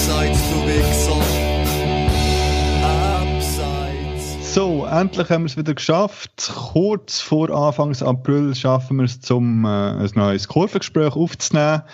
Abseits, du Wichser. Abseits. So, endlich haben wir es wieder geschafft. Kurz vor Anfang April schaffen wir es, ein neues Kurvengespräch aufzunehmen.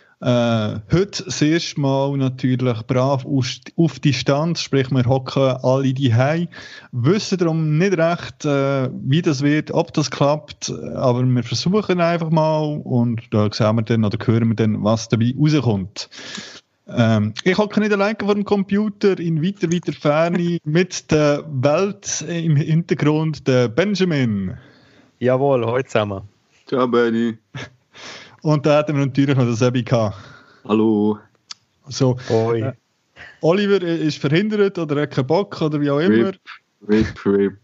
Heute das erste Mal natürlich brav auf Distanz, sprich wir hocken alle daheim, wissen darum nicht recht, wie das wird, ob das klappt, aber wir versuchen einfach mal und da sehen wir dann oder hören wir dann, was dabei rauskommt. Ich hocke nicht alleine vor dem Computer in weiter Ferne mit der Welt im Hintergrund, der Benjamin. Jawohl, heute zusammen. Ciao, Benny. Und da hatten wir natürlich noch den Sebi gehabt. Hallo. So, Oliver ist verhindert oder hat keinen Bock oder wie auch immer. RIP.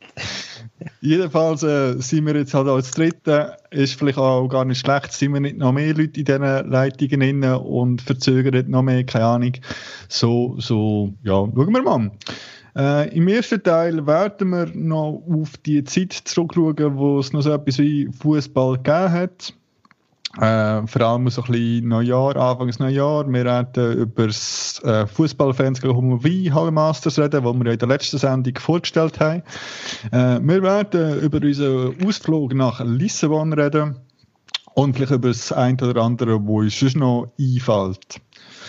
Jedenfalls sind wir jetzt halt als Dritte. Ist vielleicht auch gar nicht schlecht, sind wir nicht noch mehr Leute in diesen Leitungen drin und verzögern noch mehr, keine Ahnung. So, ja, schauen wir mal. Im ersten Teil werden wir noch auf die Zeit zurückschauen, wo es noch so etwas wie Fußball gegeben hat. Vor allem so ein bisschen Anfangs Neujahr. Wir werden über das Fußballfans gegen Homophobie Halle Masters reden, das wir ja in der letzten Sendung vorgestellt haben. Wir werden über unseren Ausflug nach Lissabon reden und vielleicht über das eine oder andere, was uns sonst noch einfällt.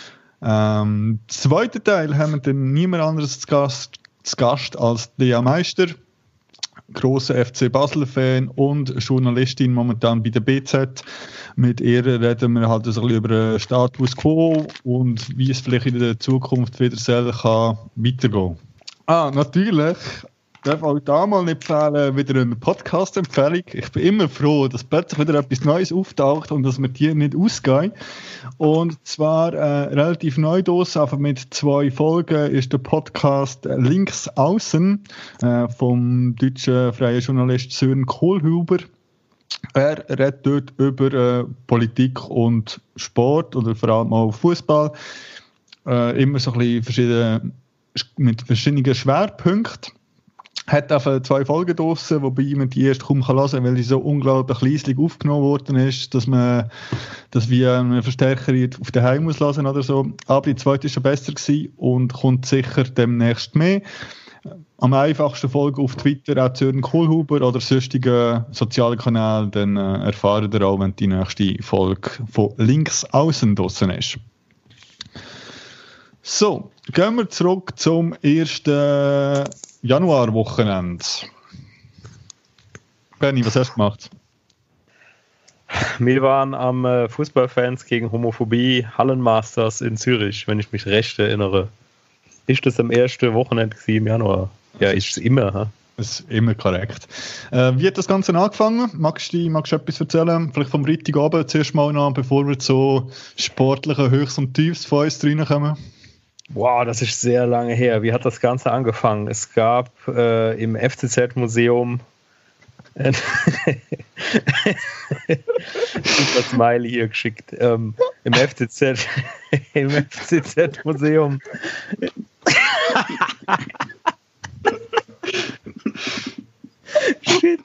Im zweiten Teil haben wir dann niemand anderes zu Gast als Lea Meister, grosser FC Basel-Fan und Journalistin momentan bei der BZ. Mit ihr reden wir halt ein bisschen über den Status quo und wie es vielleicht in der Zukunft wieder kann weitergehen. Natürlich darf auch da mal nicht fehlen, wieder eine Podcast-Empfehlung. Ich bin immer froh, dass plötzlich wieder etwas Neues auftaucht und dass wir die nicht ausgehen. Und zwar relativ neu draussen, einfach mit 2 Folgen, ist der Podcast Links Außen vom deutschen freien Journalist Sören Kohlhuber. Er redet dort über Politik und Sport oder vor allem auch Fußball. Immer so ein bisschen mit verschiedenen Schwerpunkten. Hat einfach 2 Folgen draussen, wobei man die erst kaum hören kann, weil sie so unglaublich leislich aufgenommen worden ist, dass wir einen Verstärker auf den Heim muss lassen oder so. Aber die zweite war schon besser gewesen und kommt sicher demnächst mehr. Am einfachsten folgen auf Twitter auch Sören Kohlhuber oder sonstigen sozialen Kanälen, dann erfahren ihr auch, wenn die nächste Folge von Links Außen draussen ist. So, gehen wir zurück zum 1. Januar-Wochenende. Benni, was hast du gemacht? Wir waren am Fußballfans gegen Homophobie Hallenmasters in Zürich, wenn ich mich recht erinnere. Ist das am 1. Wochenende im Januar? Ja, ist es immer. Ha? Das ist immer korrekt. Wie hat das Ganze angefangen? Magst du etwas erzählen? Vielleicht vom Freitagabend zuerst mal noch, bevor wir zu sportlichen Höchst und Tiefs von uns reinkommen. Wow, das ist sehr lange her. Wie hat das Ganze angefangen? Es gab im FCZ-Museum super Smiley hier geschickt. Im FCZ-Museum Shit.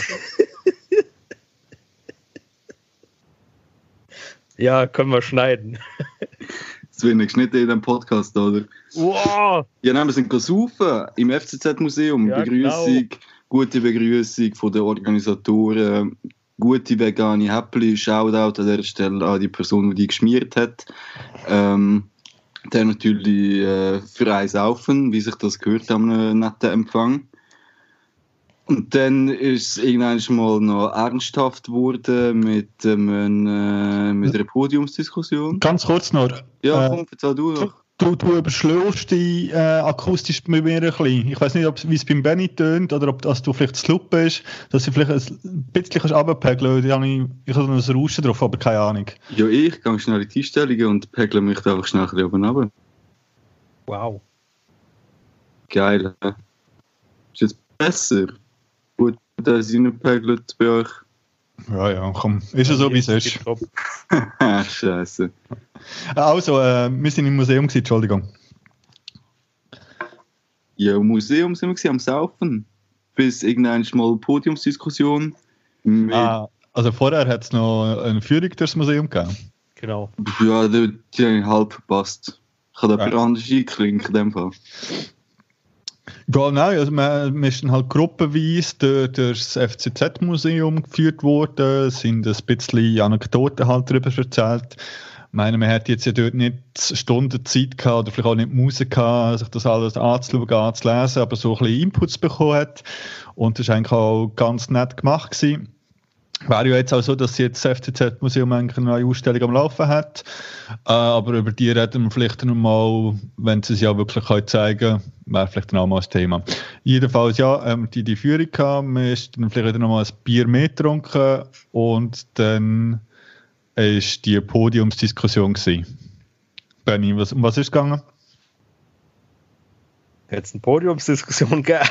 Ja, können wir schneiden. Das wird nicht geschnitten in diesem Podcast, oder? Wow! Ja, nein, wir sind saufen im FCZ-Museum. Ja, Begrüßung, genau. Gute Begrüßung von den Organisatoren, gute vegane Häppli, Shoutout an der Stelle an die Person, die geschmiert hat. Dann natürlich für ein Saufen, wie sich das gehört an einem netten Empfang. Und dann ist es irgendwann mal noch ernsthaft geworden mit einer Podiumsdiskussion. Ganz kurz noch. Ja, komm, erzähl du noch. Du überschlägst dich akustisch bei mir ein bisschen. Ich weiß nicht, wie es beim Benni tönt oder ob das du vielleicht zu laut bist, dass du vielleicht ein bisschen runterpegeln kannst. Ich habe noch ein Rauschen drauf, aber keine Ahnung. Ja, ich gehe schnell in die Einstellungen und pegle mich einfach schnell oben runter. Wow. Geil. Ist jetzt besser? Gut, dass ich nicht pegelt bei euch. Ja, komm. Ist ja so, wie es ist. Scheiße. Also, wir sind im Museum gewesen, Entschuldigung. Ja, im Museum sind wir am Saufen. Bis irgendwann mal Podiumsdiskussion. Also vorher hat es noch eine Führung durchs Museum gegeben. Genau. Ja, die habe ich halb verpasst. Kann da jemand anders einklinken in dem Fall? Ja, nein, also wir sind halt gruppenweise durch das FCZ-Museum geführt worden, sind ein bisschen Anekdoten halt darüber erzählt. Ich meine, man hat jetzt ja dort nicht Stunden Zeit gehabt oder vielleicht auch nicht Muße gehabt, sich das alles anzuschauen, anzulesen, aber so ein bisschen Inputs bekommen hat. Und das war eigentlich auch ganz nett gemacht gewesen. Wäre ja jetzt auch so, dass jetzt das FCZ-Museum eigentlich eine neue Ausstellung am Laufen hat. Aber über die reden wir vielleicht noch mal, wenn sie es ja wirklich zeigen können, wäre vielleicht dann auch mal das Thema. Jedenfalls, ja, die Führung gehabt, wir haben dann vielleicht wieder noch mal ein Bier mehr getrunken und dann war die Podiumsdiskussion gewesen. Benni, um was ist es gegangen? Hat es eine Podiumsdiskussion gegeben?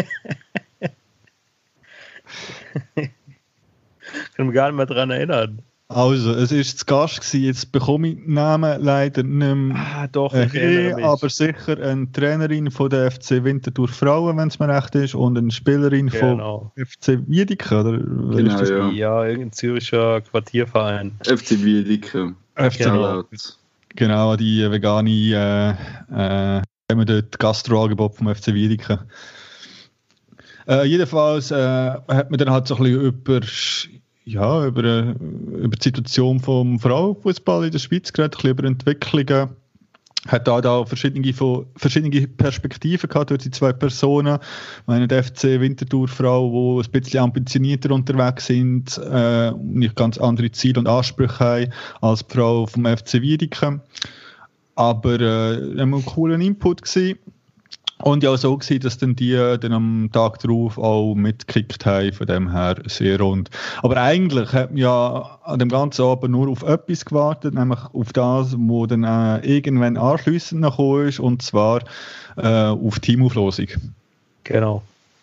Ich kann mich gar nicht mehr daran erinnern. Also, es war zu Gast gewesen, jetzt bekomme ich den Namen leider nicht mehr. Doch, ich erinnere mich. Aber sicher eine Trainerin von der FC Winterthur Frauen, wenn es mir recht ist, und eine Spielerin von FC Wiedeke, oder? Genau, ist das? Ja, irgendein zürcher Quartierverein. FC Wiedeke. Genau, die vegane haben wir dort Gastroangebot vom FC Wiedeke. Jedenfalls hat man dann halt so ein bisschen über die Situation vom Frauenfußball in der Schweiz geredet, ein bisschen über Entwicklungen. Hat da verschiedene Perspektiven gehabt durch die zwei Personen. Ich meine, die FC Winterthur Frau, die ein bisschen ambitionierter unterwegs sind, nicht ganz andere Ziele und Ansprüche haben als die Frau vom FC Wiedeke. Aber haben einen coolen Input gewesen. Und ja auch so gewesen, dass dann die dann am Tag darauf auch mitgekickt haben, von dem her sehr rund. Aber eigentlich hat man ja an dem ganzen Abend nur auf etwas gewartet, nämlich auf das, wo dann irgendwann anschliessend noch gekommen ist, und zwar auf Teamauslosung. Genau.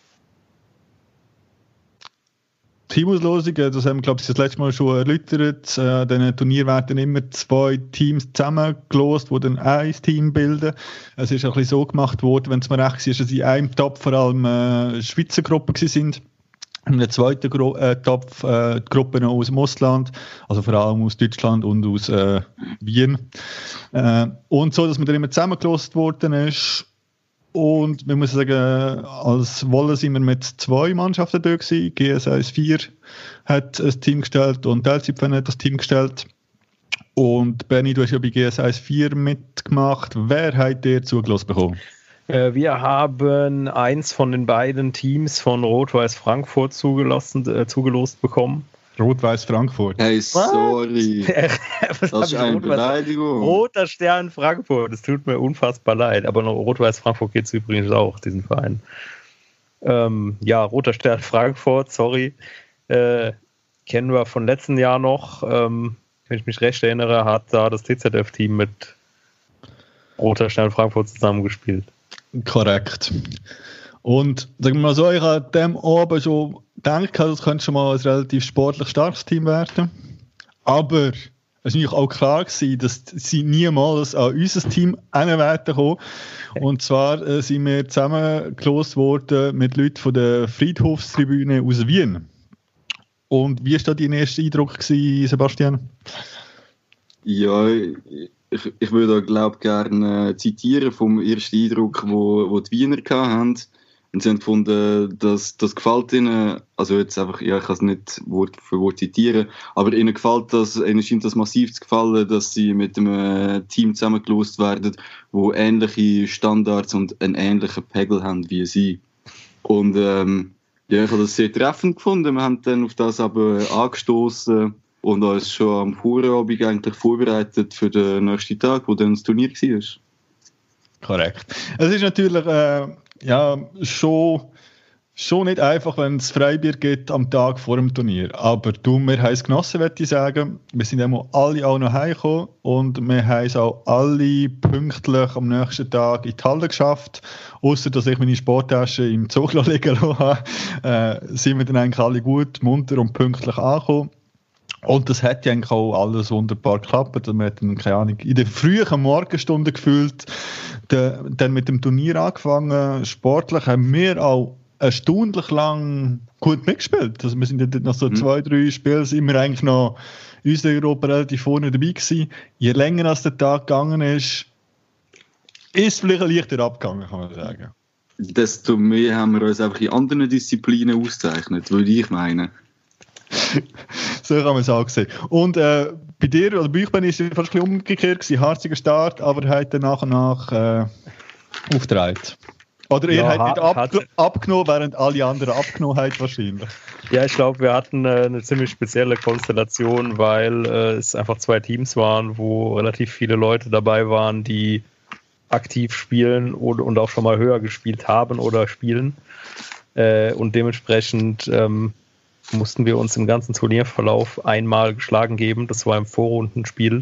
Teamauslosung, das haben wir, glaube ich, das letzte Mal schon erläutert. An diesen Turnier werden immer 2 Teams zusammengelost, die dann ein Team bilden. Es ist ein bisschen so gemacht worden, wenn es mir recht ist, dass in einem Topf vor allem Schweizer Gruppen waren. In der zweiten Topf Gruppen aus dem Ausland, also vor allem aus Deutschland und aus Wien. Und so, dass man dann immer zusammengelost worden ist. Und man muss sagen, als Wolle sind wir mit 2 Mannschaften da gewesen. GS 4 hat ein Team gestellt und Teilzeitfan hat das Team gestellt. Und Benni, du hast ja bei GS 4 mitgemacht. Wer hat dir zugelassen bekommen? Wir haben eins von den beiden Teams von Rot-Weiß Frankfurt zugelost bekommen. Rot-Weiß Frankfurt. Hey, sorry. Das ist eine Beleidigung. Roter Stern Frankfurt. Es tut mir unfassbar leid. Aber noch Rot-Weiß Frankfurt geht es übrigens auch, diesen Verein. Roter Stern Frankfurt, sorry. Kennen wir von letzten Jahr noch. Wenn ich mich recht erinnere, hat da das TZF-Team mit Roter Stern Frankfurt zusammengespielt. Korrekt. Und sagen wir mal so, ich habe dem Abend schon gedacht, das könnte schon mal ein relativ sportlich starkes Team werden. Aber es war natürlich auch klar gewesen, dass sie niemals an unser Team werden kommen. Und zwar sind wir zusammengelost worden mit Leuten von der Friedhofstribüne aus Wien. Und wie war da dein erster Eindruck gewesen, Sebastian? Ja, ich würde glaube gerne zitieren vom ersten Eindruck, wo die Wiener hatten. Und sie haben gefunden, dass das gefällt ihnen, also jetzt einfach, ja, ich kann es nicht Wort für Wort zitieren, aber ihnen gefällt das, ihnen scheint das massiv zu gefallen, dass sie mit einem Team zusammengelost werden, wo ähnliche Standards und einen ähnlichen Pegel haben wie sie. Und ich habe das sehr treffend gefunden. Wir haben dann auf das aber angestoßen und uns schon am Vorabend eigentlich vorbereitet für den nächsten Tag, wo dann das Turnier war. Korrekt. Es ist natürlich schon nicht einfach, wenn es Freibier gibt am Tag vor dem Turnier. Aber wir haben es genossen, würde ich sagen. Wir sind alle auch noch heimgekommen und wir haben es auch alle pünktlich am nächsten Tag in die Halle geschafft. Ausser dass ich meine Sporttasche im Zug liegen lassen habe, sind wir dann eigentlich alle gut, munter und pünktlich angekommen. Und das hat ja eigentlich auch alles wunderbar geklappt. Wir hatten, keine Ahnung, in den frühen Morgenstunden gefühlt, dann mit dem Turnier angefangen. Sportlich haben wir auch erstaunlich lang gut mitgespielt. Also wir sind ja nach so 2-3 Spielen sind wir eigentlich noch in unserer Gruppe relativ vorne dabei gewesen. Je länger als der Tag gegangen ist, ist vielleicht ein leichter abgegangen, kann man sagen. Desto mehr haben wir uns einfach in anderen Disziplinen ausgezeichnet, würde ich meinen. So kann man es auch sehen. Und bei dir oder bei euch bin ich fast ein bisschen umgekehrt gewesen. Harziger Start, aber hat dann nach und nach aufgetragen. Oder ihr habt nicht abgenommen, während alle anderen abgenommen haben wahrscheinlich. Ja, ich glaube, wir hatten eine ziemlich spezielle Konstellation, weil es einfach 2 Teams waren, wo relativ viele Leute dabei waren, die aktiv spielen und auch schon mal höher gespielt haben oder spielen. Und dementsprechend mussten wir uns im ganzen Turnierverlauf einmal geschlagen geben. Das war im Vorrundenspiel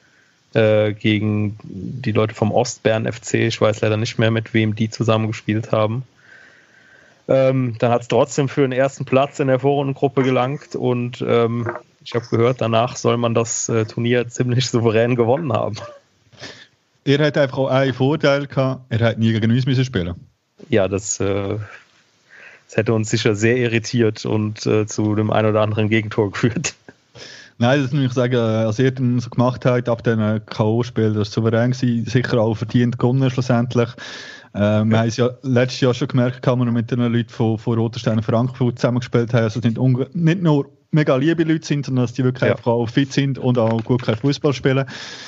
gegen die Leute vom Ostbären FC. Ich weiß leider nicht mehr, mit wem die zusammen gespielt haben. Dann hat es trotzdem für den ersten Platz in der Vorrundengruppe gelangt und ich habe gehört, danach soll man das Turnier ziemlich souverän gewonnen haben. Ihr habt einfach auch einen Vorteil gehabt, er hat nie gegen uns müssen spielen. Ja, das hätte uns sicher sehr irritiert und zu dem ein oder anderen Gegentor geführt. Nein, das muss ich sagen, als ihr dann so gemacht habt, ab dem K.O.-Spiel, das war souverän gewesen, sicher auch verdient gewonnen schlussendlich. Wir haben es ja letztes Jahr schon gemerkt, als wir mit den Leuten von Roterstein und Frankfurt zusammengespielt haben, also nicht nur mega liebe Leute sind, sondern dass die wirklich einfach auch fit sind und auch gut Fußball spielen.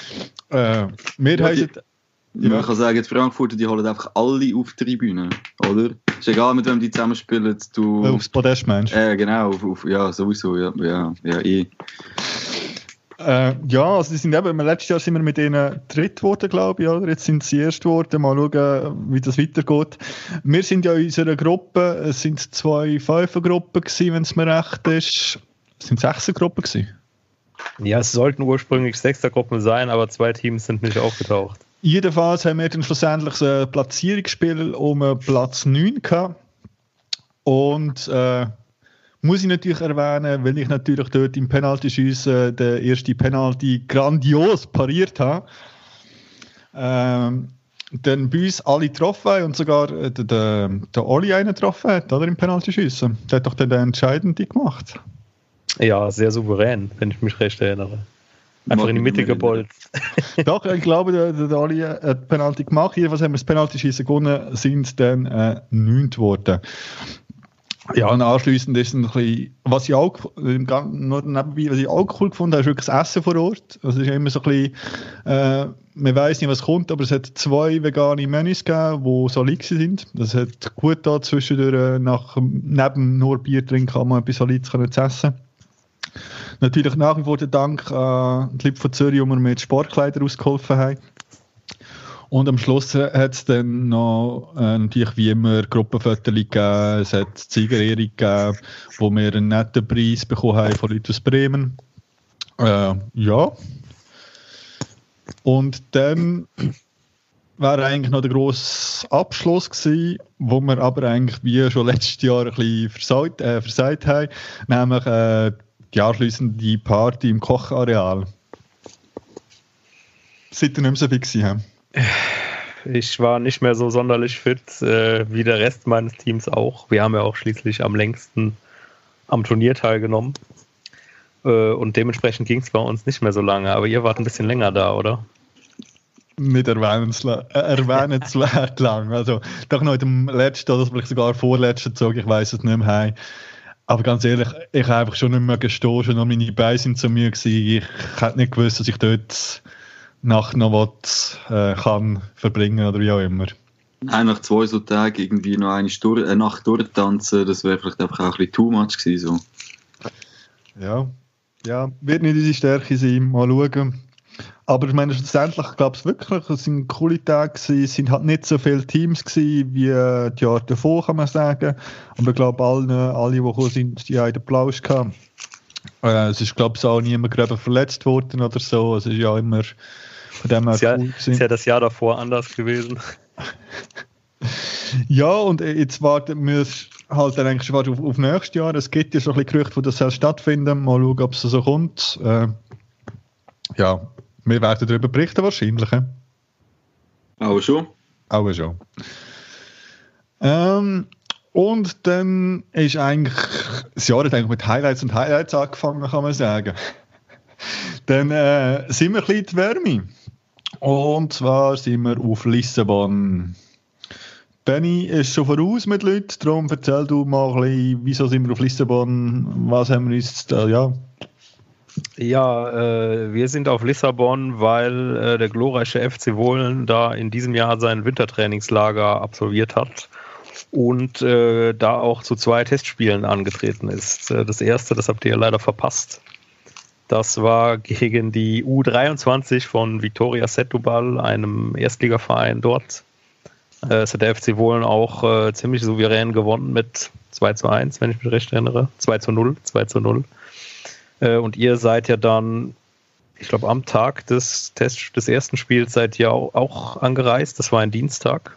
Man kann sagen, die Frankfurter, die holen einfach alle auf die Tribüne, oder? Ist egal, mit wem die zusammenspielen. Aufs Podest meinst du? Genau, ja, sowieso, ja, also die sind eben, letztes Jahr sind wir mit denen dritt geworden, glaube ich, oder? Jetzt sind sie erst geworden, mal schauen, wie das weitergeht. Wir sind ja in unserer Gruppe, es sind 2 Fünfergruppen gewesen, wenn es mir recht ist. Es sind 6 Gruppen gewesen. Ja, es sollten ursprünglich 6 Gruppen sein, aber 2 Teams sind nicht aufgetaucht. Jedenfalls haben wir dann schlussendlich ein Platzierungsspiel um Platz 9 gehabt. Und muss ich natürlich erwähnen, weil ich natürlich dort im Penaltyschiessen den ersten Penalty grandios pariert habe. Dann bei uns alle getroffen und sogar der Oli einen getroffen hat, oder, im Penaltyschiessen. Der hat doch den Entscheidende gemacht. Ja, sehr souverän, wenn ich mich recht erinnere. Einfach in die Mitte gebolzt. Doch, ich glaube, der Oli hat Penalty gemacht. Jedenfalls haben wir das Penaltyschiessen gewonnen, sind dann 9. geworden. Ja, und anschliessend ist ein bisschen, was ich auch cool gefunden habe, ist wirklich das Essen vor Ort. Also es ist immer so ein bisschen, man weiss nicht, was kommt, aber es hat 2 vegane Menüs gegeben, die solid sind. Das hat gut da zwischendurch, neben nur Bier trinken, kann man etwas Solides zu essen. Natürlich nach wie vor der Dank an die Leute von Zürich, die mir mit Sportkleidern ausgeholfen haben. Und am Schluss hat es dann noch natürlich wie immer Gruppenfotos gegeben, es hat Siegerehrung gegeben, wo wir einen netten Preis bekommen haben von Leuten aus Bremen. Ja. Und dann wäre eigentlich noch der grosse Abschluss gewesen, wo wir aber eigentlich wie schon letztes Jahr ein bisschen versagt haben, nämlich die anschliessende Party im Kochareal. Seid ihr nicht mehr so fit gewesen? Ich war nicht mehr so sonderlich fit wie der Rest meines Teams auch. Wir haben ja auch schließlich am längsten am Turnier teilgenommen. Und dementsprechend ging es bei uns nicht mehr so lange. Aber ihr wart ein bisschen länger da, oder? Nicht erwähnenswert lang. Also doch noch in dem letzten oder vielleicht sogar vorletzten Zug, ich weiss es nicht mehr. Hey. Aber ganz ehrlich, ich habe einfach schon nicht mehr gestehen, schon noch meine Beine sind zu mir gewesen. Ich hätte nicht gewusst, dass ich dort Nacht noch was kann verbringen oder wie auch immer. Nein, nach 2 so Tagen irgendwie noch eine Nacht durchtanzen, das wäre vielleicht einfach auch ein bisschen too much gewesen. So. Ja, wird nicht unsere Stärke sein, mal schauen. Aber ich meine, schlussendlich, ich glaube es wirklich, es waren coole Tage gewesen, es sind halt nicht so viele Teams gewesen, wie die Jahre davor, kann man sagen. Aber ich glaube, alle, die gekommen sind, die haben den Applaus gehabt. Es ist, glaube ich, auch niemand gerade verletzt worden oder so. Es ist ja immer von dem her cool gewesen. Ist ja das Jahr davor anders gewesen. Ja, und jetzt warten wir halt dann eigentlich auf nächstes Jahr. Es gibt ja schon ein bisschen Gerüchte, wo das soll stattfinden. Mal schauen, ob es so kommt. Ja, wir werden darüber berichten wahrscheinlich. Auch schon. Und dann ist eigentlich das Jahr hat eigentlich mit Highlights angefangen, kann man sagen. Dann sind wir ein bisschen in die Wärme. Und zwar sind wir auf Lissabon. Benni ist schon voraus mit Leuten, darum erzähl du mal ein bisschen, wieso sind wir auf Lissabon, was haben wir uns da, ja. Ja, wir sind auf Lissabon, weil der glorreiche FC Wohlen da in diesem Jahr sein Wintertrainingslager absolviert hat und da auch zu 2 Testspielen angetreten ist. Das erste, das habt ihr leider verpasst. Das war gegen die U23 von Vitória Setúbal, einem Erstligaverein dort. Es hat der FC Wohlen auch ziemlich souverän gewonnen mit 2:1, wenn ich mich recht erinnere. 2:0. Und ihr seid ja dann, ich glaube, am Tag des ersten Spiels seid ihr auch angereist. Das war ein Dienstag.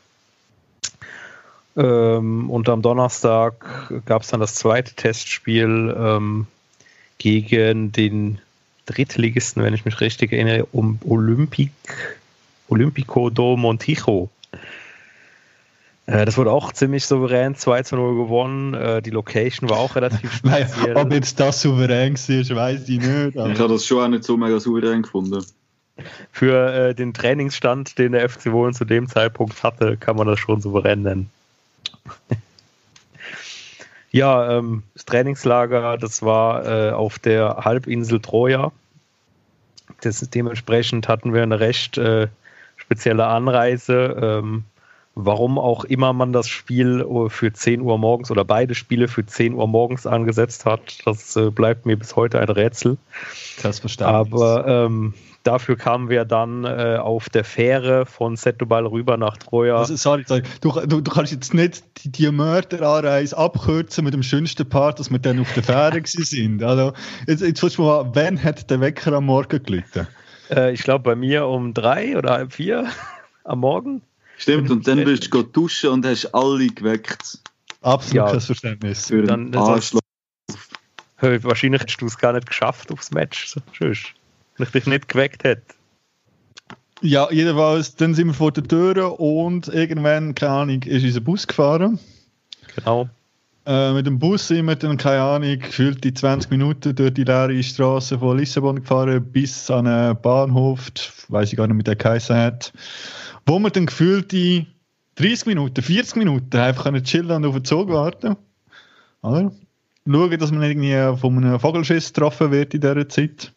Und am Donnerstag gab es dann das zweite Testspiel gegen den Drittligisten, wenn ich mich richtig erinnere, um Olímpico do Montijo. Das wurde auch ziemlich souverän 2:0 gewonnen. Die Location war auch relativ speziell. Ob jetzt das souverän war, weiß ich nicht. Ich habe das schon auch nicht so mega souverän gefunden. Für den Trainingsstand, den der FC Wohlen zu dem Zeitpunkt hatte, kann man das schon souverän nennen. Ja, das Trainingslager, das war auf der Halbinsel Troja. Dementsprechend hatten wir eine recht spezielle Anreise. Warum auch immer man das Spiel für 10 Uhr morgens oder beide Spiele für 10 Uhr morgens angesetzt hat, das bleibt mir bis heute ein Rätsel. Das verstanden. Aber dafür kamen wir dann auf der Fähre von Setúbal rüber nach Troja. Also, sorry. Du kannst jetzt nicht die Mörderanreise abkürzen mit dem schönsten Part, dass wir dann auf der Fähre sind. Also, jetzt willst du mal, wann hat der Wecker am Morgen geläutet? Ich glaube bei mir um 3 oder halb 4 am Morgen. Stimmt, und dann bist du duschen und hast alle geweckt. Absolut kein Verständnis. Für dann wahrscheinlich hättest du es gar nicht geschafft aufs Match. Tschüss. Wenn ich dich nicht geweckt hätte. Ja, jedenfalls, dann sind wir vor der Tür und irgendwann, keine Ahnung, ist unser Bus gefahren. Genau. Mit dem Bus sind wir dann, keine Ahnung, gefühlt die 20 Minuten durch die leere Straße von Lissabon gefahren bis an einen Bahnhof, weiß ich gar nicht, wie der geheißen hat, wo wir dann gefühlt die 30 Minuten, 40 Minuten einfach chillen und auf den Zug warten. Oder? Schauen, dass man irgendwie von einem Vogelschiss getroffen wird in dieser Zeit.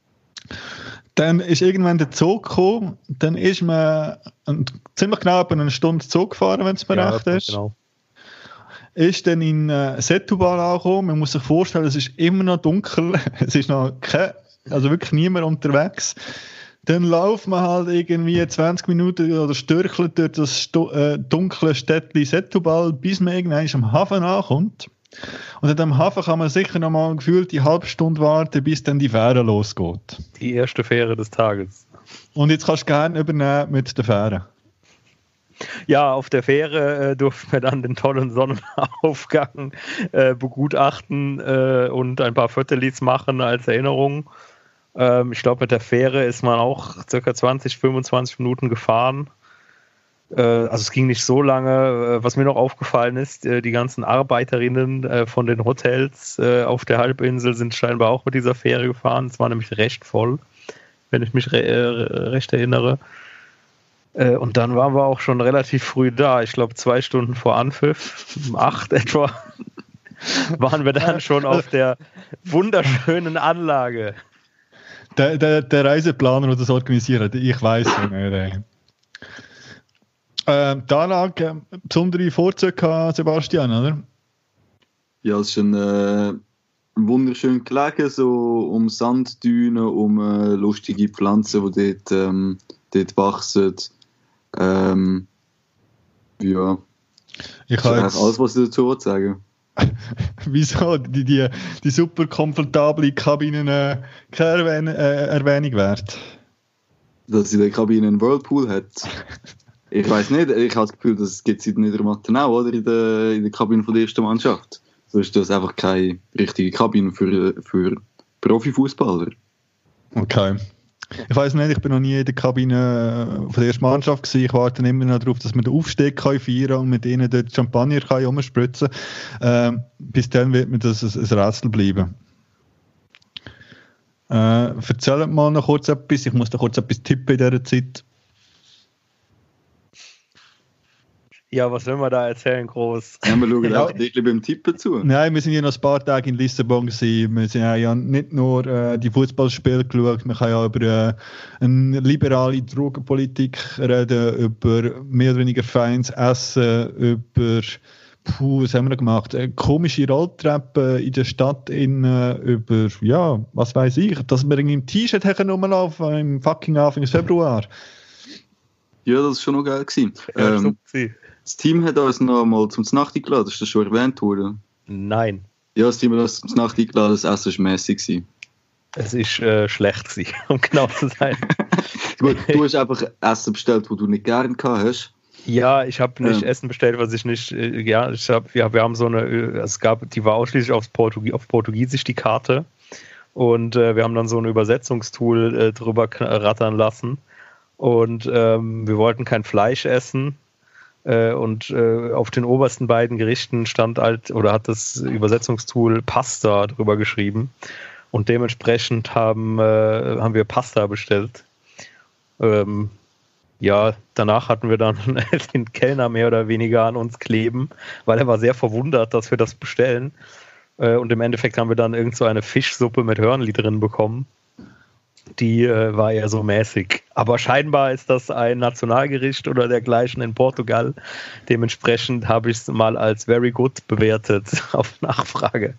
Dann ist irgendwann der Zug gekommen, dann ist man ziemlich genau eine Stunde Zug gefahren, wenn es mir recht ist. Genau. Ist dann in Setúbal angekommen. Man muss sich vorstellen, es ist immer noch dunkel, es ist noch also wirklich niemand unterwegs. Dann läuft man halt irgendwie 20 Minuten oder stürchelt durch das dunkle Städtchen Setúbal, bis man irgendwann am Hafen ankommt. Und an dem Hafen kann man sicher noch mal gefühlt die halbe Stunde warten, bis dann die Fähre losgeht. Die erste Fähre des Tages. Und jetzt kannst du gerne übernehmen mit der Fähre. Ja, auf der Fähre durften wir dann den tollen Sonnenaufgang begutachten und ein paar Fotos machen als Erinnerung. Ich glaube, mit der Fähre ist man auch ca. 20, 25 Minuten gefahren. Also es ging nicht so lange. Was mir noch aufgefallen ist, die ganzen Arbeiterinnen von den Hotels auf der Halbinsel sind scheinbar auch mit dieser Fähre gefahren. Es war nämlich recht voll, wenn ich mich recht erinnere. Und dann waren wir auch schon relativ früh da. Ich glaube 2 Stunden vor Anpfiff, um 8 etwa, waren wir dann schon auf der wunderschönen Anlage. Der Reiseplaner, der das organisiert hat, ich weiß es nicht. Die Anlage besondere Vorzüge, Sebastian, oder? Ja, es ist wunderschön gelegen, so um Sanddünen, um lustige Pflanzen, die dort wachsen. Ja. Ich das ist jetzt alles, was ich dazu sagen. Wieso die super komfortable Kabinen keine Erwähnung wert? Dass in der Kabine einen Whirlpool hat. Ich weiß nicht, ich habe das Gefühl, das gibt es in Niedermattenau, oder? In der Kabine von der ersten Mannschaft. So ist das einfach keine richtige Kabine für Profifußballer. Okay. Ich weiß nicht, ich bin noch nie in der Kabine von der ersten Mannschaft gewesen. Ich warte immer noch darauf, dass wir den Aufstieg feiern können und mit ihnen dort Champagner umspritzen kann. Bis dann wird mir das ein Rätsel bleiben. Erzählt mal noch kurz etwas. Ich muss da kurz etwas tippen in dieser Zeit. Ja, was will man da erzählen, groß? Ja, wir schauen auch wirklich beim Tippen zu. Nein, wir sind ja noch ein paar Tage in Lissabon gewesen. Wir sind ja nicht nur die Fußballspiele geschaut, man kann ja über eine liberale Drogenpolitik reden, über mehr oder weniger feines Essen, über was haben wir noch gemacht? Komische Rolltreppen in der Stadt, über, ja, was weiß ich, dass wir im T-Shirt rumlaufen im fucking Anfang Februar. Ja, das war schon noch geil gewesen. Das Team hat uns noch mal zum Nacht eingeladen, ist das schon erwähnt worden? Nein. Ja, das Team hat uns zum Nacht eingeladen, das Essen war mässig gewesen. Es ist schlecht gewesen, um genau zu sein. Gut, du hast einfach Essen bestellt, das du nicht gerne gehabt hast. Ja, ich habe nicht Essen bestellt, was ich nicht, wir haben so eine, es gab, die war ausschließlich auf Portugiesisch, die Karte, und wir haben dann so ein Übersetzungstool drüber rattern lassen, und wir wollten kein Fleisch essen, und auf den obersten beiden Gerichten stand halt, oder hat das Übersetzungstool Pasta drüber geschrieben, und dementsprechend haben wir Pasta bestellt. Ja, danach hatten wir dann den Kellner mehr oder weniger an uns kleben, weil er war sehr verwundert, dass wir das bestellen. Und im Endeffekt haben wir dann irgend so eine Fischsuppe mit Hörnli drin bekommen. Die war eher so mäßig. Aber scheinbar ist das ein Nationalgericht oder dergleichen in Portugal. Dementsprechend habe ich es mal als very good bewertet auf Nachfrage.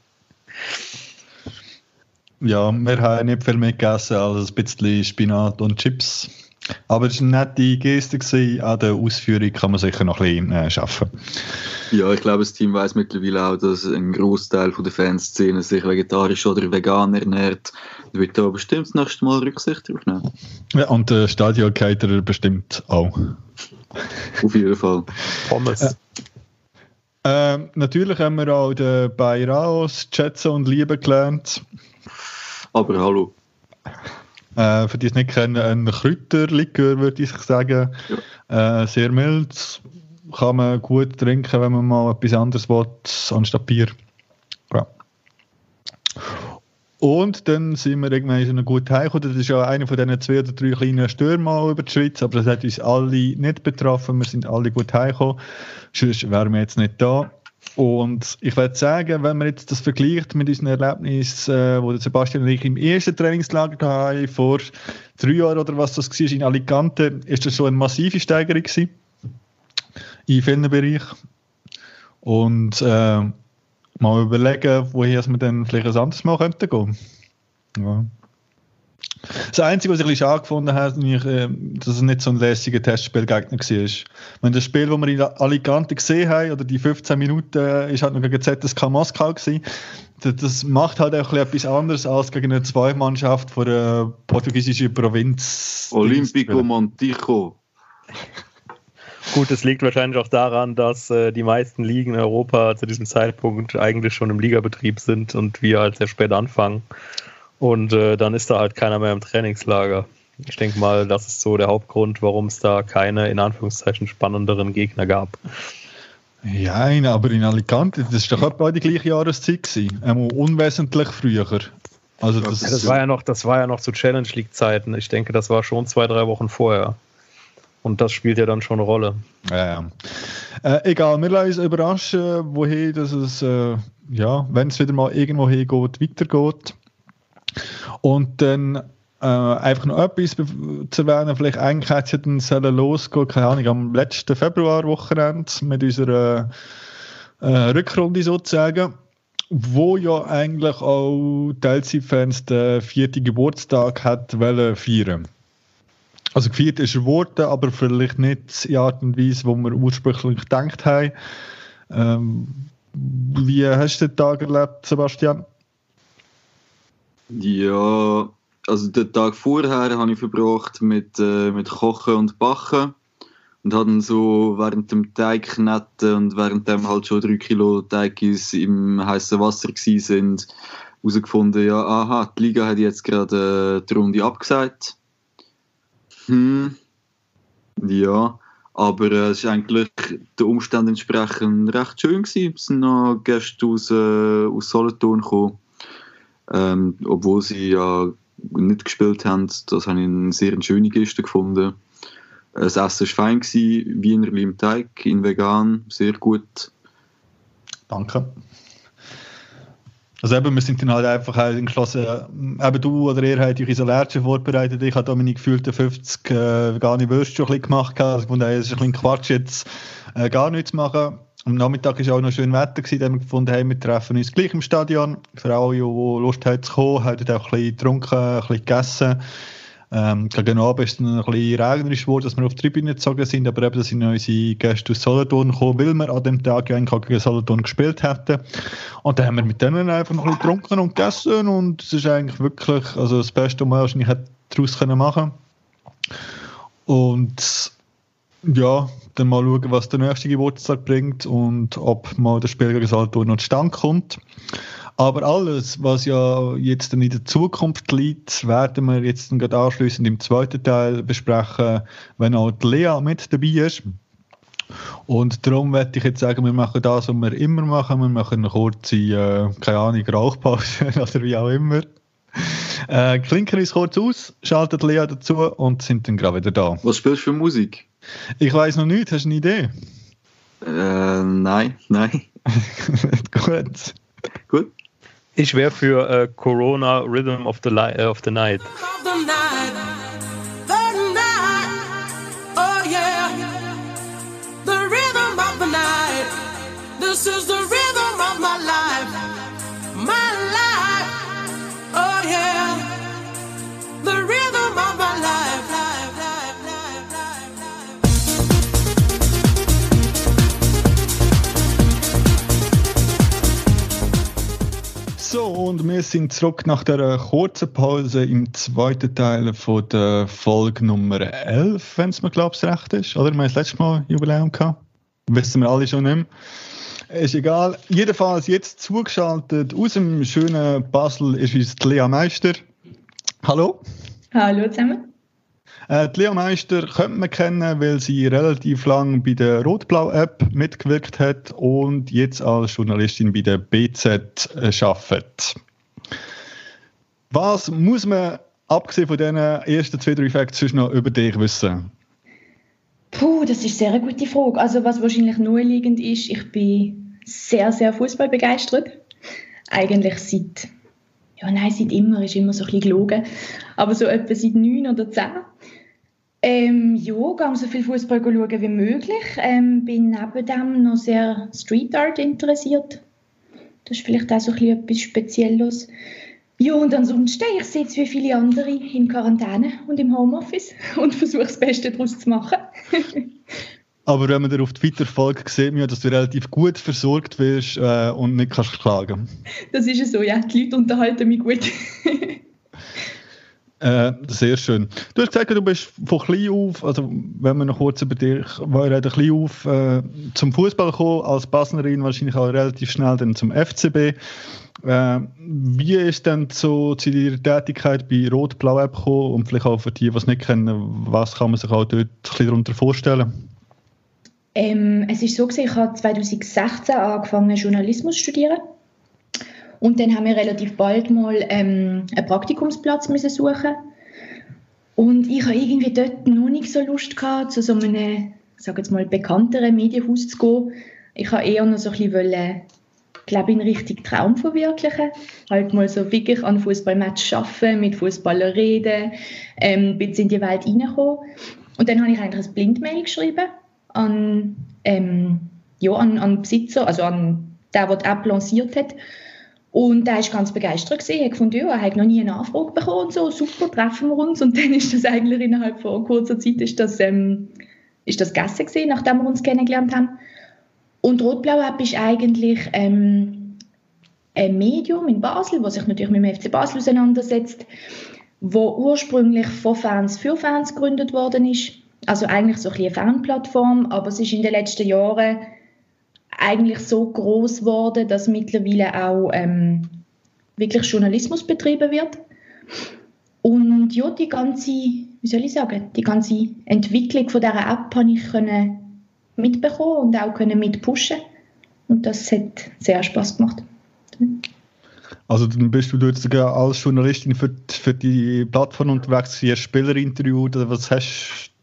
Ja, wir haben nicht viel mehr gegessen als ein bisschen Spinat und Chips. Aber es war eine nette Geste gewesen. An der Ausführung kann man sicher noch ein bisschen arbeiten. Ja, ich glaube, das Team weiss mittlerweile auch, dass ein Großteil der Fanszene sich vegetarisch oder vegan ernährt. Da wird da bestimmt das nächste Mal Rücksicht drauf nehmen. Ja, und der Stadion-Caterer bestimmt auch. Auf jeden Fall. Pommes. Natürlich haben wir auch den Bayraos schätzen und lieben gelernt. Aber hallo. Für die es nicht kennen, ein Kräuterlikör, würde ich sagen. Ja. Sehr mild. Kann man gut trinken, wenn man mal etwas anderes will, anstatt Bier. Ja. Und dann sind wir irgendwann schon gut heimgekommen. Das ist ja einer von diesen 2 oder 3 kleinen Stürmen über die Schweiz, aber das hat uns alle nicht betroffen. Wir sind alle gut heimgekommen. Sonst wären wir jetzt nicht da. Und ich würde sagen, wenn man jetzt das vergleicht mit unseren Erlebnissen, wo Sebastian und ich im ersten Trainingslager hatten, vor 3 Jahren oder was das war, in Alicante, ist das schon eine massive Steigerung gewesen. In vielen Bereichen. Und mal überlegen, woher wir dann vielleicht ein anderes Mal gehen könnten. Ja. Das Einzige, was ich ein bisschen schade gefunden habe, dass es nicht so ein lässiger Testspielgegner war. Wenn das Spiel, das wir in Alicante gesehen haben, oder die 15 Minuten, ist halt noch gegen ZSK Moskau gewesen. Das macht halt auch etwas anderes als gegen eine Zweimannschaft von der portugiesischen Provinz. Olímpico Montijo. Gut, es liegt wahrscheinlich auch daran, dass die meisten Ligen in Europa zu diesem Zeitpunkt eigentlich schon im Ligabetrieb sind und wir halt sehr spät anfangen. Und dann ist da halt keiner mehr im Trainingslager. Ich denke mal, das ist so der Hauptgrund, warum es da keine, in Anführungszeichen, spannenderen Gegner gab. Ja, aber in Alicante, das war doch etwa die gleiche Jahreszeit gewesen. Unwesentlich früher. Also das war ja noch zu Challenge League-Zeiten. Ich denke, das war schon 2-3 Wochen vorher. Und das spielt ja dann schon eine Rolle. Ja. Egal, wir lassen uns überraschen, wohin dass es, wenn es wieder mal irgendwo hingeht, weitergeht. Und dann einfach noch etwas zu erwähnen, vielleicht eigentlich hätte es ja dann losgehen, keine Ahnung, am letzten Februarwochenende mit unserer Rückrunde sozusagen, wo ja eigentlich auch Teilzeitfans den 4. Geburtstag feiern. Also gefeiert ist er geworden, aber vielleicht nicht in der Art und Weise, wo wir ursprünglich gedacht haben. Wie hast du den Tag erlebt, Sebastian? Ja, also den Tag vorher habe ich verbracht mit Kochen und Backen und habe dann so während dem Teig kneten und währenddem halt schon 3 Kilo Teigis im heißen Wasser sind, herausgefunden, ja, aha, die Liga hat jetzt gerade die Runde abgesagt. Ja, aber es ist eigentlich den Umständen entsprechend recht schön gewesen. Es sind noch Gäste aus Solothurn gekommen. Obwohl sie ja nicht gespielt haben, das habe ich eine sehr schöne Geste gefunden. Das Essen war fein, Wienerli im Teig, in vegan, sehr gut. Danke. Also eben, wir sind dann halt einfach entschlossen, eben du oder ihr habt euch Salärchen vorbereitet, ich habe da meine gefühlten 50 vegane Würste schon ein bisschen gemacht, also ich fand, es ist ein bisschen Quatsch jetzt gar nichts zu machen. Am Nachmittag war auch noch schön Wetter, da haben wir gefunden, hey, wir treffen uns gleich im Stadion. Für alle, die Lust haben zu kommen, haben auch ein bisschen getrunken, ein bisschen gegessen. Gegen Abend ist es dann ein bisschen regnerisch geworden, dass wir auf die Tribüne gezogen sind, aber eben, da sind unsere Gäste aus Solothurn gekommen, weil wir an dem Tag ja eigentlich gegen Solothurn gespielt hätten. Und dann haben wir mit denen einfach noch ein bisschen getrunken und gegessen und es ist eigentlich wirklich also das Beste, was man wahrscheinlich daraus machen können. Und ja, dann mal schauen, was der nächste Geburtstag bringt und ob mal das Spiel gegen Solothurn noch zustande kommt. Aber alles, was ja jetzt dann in der Zukunft liegt, werden wir jetzt dann gerade anschliessend im zweiten Teil besprechen, wenn auch die Lea mit dabei ist. Und darum werde ich jetzt sagen, wir machen das, was wir immer machen. Wir machen eine kurze, keine Ahnung, Rauchpause oder wie auch immer. Klinken uns kurz aus, schaltet Lea dazu und sind dann gerade wieder da. Was spielst du für Musik? Ich weiss noch nicht, hast du eine Idee? Nein. Gut. Ich wäre für Corona Rhythm of the Night. This is the rhythm of my life. My life. Oh yeah. The rhythm of my life. So, und wir sind zurück nach der kurzen Pause im zweiten Teil von der Folge Nummer 11, wenn es mir, glaube ich, recht ist. Oder? Wir haben das letzte Mal Jubiläum gehabt. Wissen wir alle schon nicht mehr. Ist egal. Jedenfalls jetzt zugeschaltet aus dem schönen Basel ist uns die Lea Meister. Hallo. Hallo zusammen. Die Lea Meister könnte man kennen, weil sie relativ lang bei der Rot-Blau-App mitgewirkt hat und jetzt als Journalistin bei der BZ arbeitet. Was muss man, abgesehen von diesen ersten 2-3 Facts, sonst noch über dich wissen? Das ist eine sehr gute Frage. Also was wahrscheinlich naheliegend ist, ich bin sehr, sehr Fußball begeistert. Eigentlich seit immer, ist immer so ein bisschen gelogen, aber so etwa seit 9 oder 10. Gehe so viel Fußball schauen wie möglich. Bin neben dem noch sehr Street Art interessiert. Das ist vielleicht auch so ein bisschen etwas Spezielles. Ja, und ansonsten, ich sitze wie viele andere in Quarantäne und im Homeoffice und versuche das Beste daraus zu machen. Aber wenn man dir auf Twitter folgt, sieht man ja, dass du relativ gut versorgt wirst und nicht kannst klagen. Das ist so, ja. Die Leute unterhalten mich gut. Sehr schön. Du hast gesagt, du bist von klein auf, also wenn wir noch kurz über dich reden, klein auf zum Fußball gekommen, als Baslerin wahrscheinlich auch relativ schnell dann zum FCB. Wie ist denn so zu deiner Tätigkeit bei Rot-Blau-App gekommen und vielleicht auch für die, die es nicht kennen, was kann man sich auch dort ein bisschen darunter vorstellen? Es ist so, ich habe 2016 angefangen Journalismus zu studieren. Und dann haben wir relativ bald mal einen Praktikumsplatz müssen suchen. Und ich habe irgendwie dort noch nicht so Lust gehabt, zu so einem, ich sage jetzt mal, bekannteren Medienhaus zu gehen. Ich wollte eher noch so ein bisschen, glaube ich, einen richtigen Traum verwirklichen. Halt mal so wirklich an Fußballmatch arbeiten, mit Fußballern reden, ein bisschen in die Welt reinkommen. Und dann habe ich eigentlich ein Blindmail geschrieben an Besitzer, also an den, der die App lanciert hat. Und der war ganz begeistert. Er hat gefunden, er hat noch nie eine Anfrage bekommen. Und so, super, treffen wir uns. Und dann ist das eigentlich innerhalb von kurzer Zeit ist das gegessen gewesen, nachdem wir uns kennengelernt haben. Und Rot-Blau-App ist eigentlich ein Medium in Basel, das sich natürlich mit dem FC Basel auseinandersetzt, wo ursprünglich von Fans für Fans gegründet worden ist. Also eigentlich so ein bisschen eine Fanplattform, aber es ist in den letzten Jahren eigentlich so groß geworden, dass mittlerweile auch wirklich Journalismus betrieben wird. Und ja, die ganze Entwicklung von dieser App habe ich mitbekommen und auch mitpushen. Und das hat sehr Spass gemacht. Also dann bist du als Journalistin für die Plattform unterwegs, für Spielerinterview oder was hast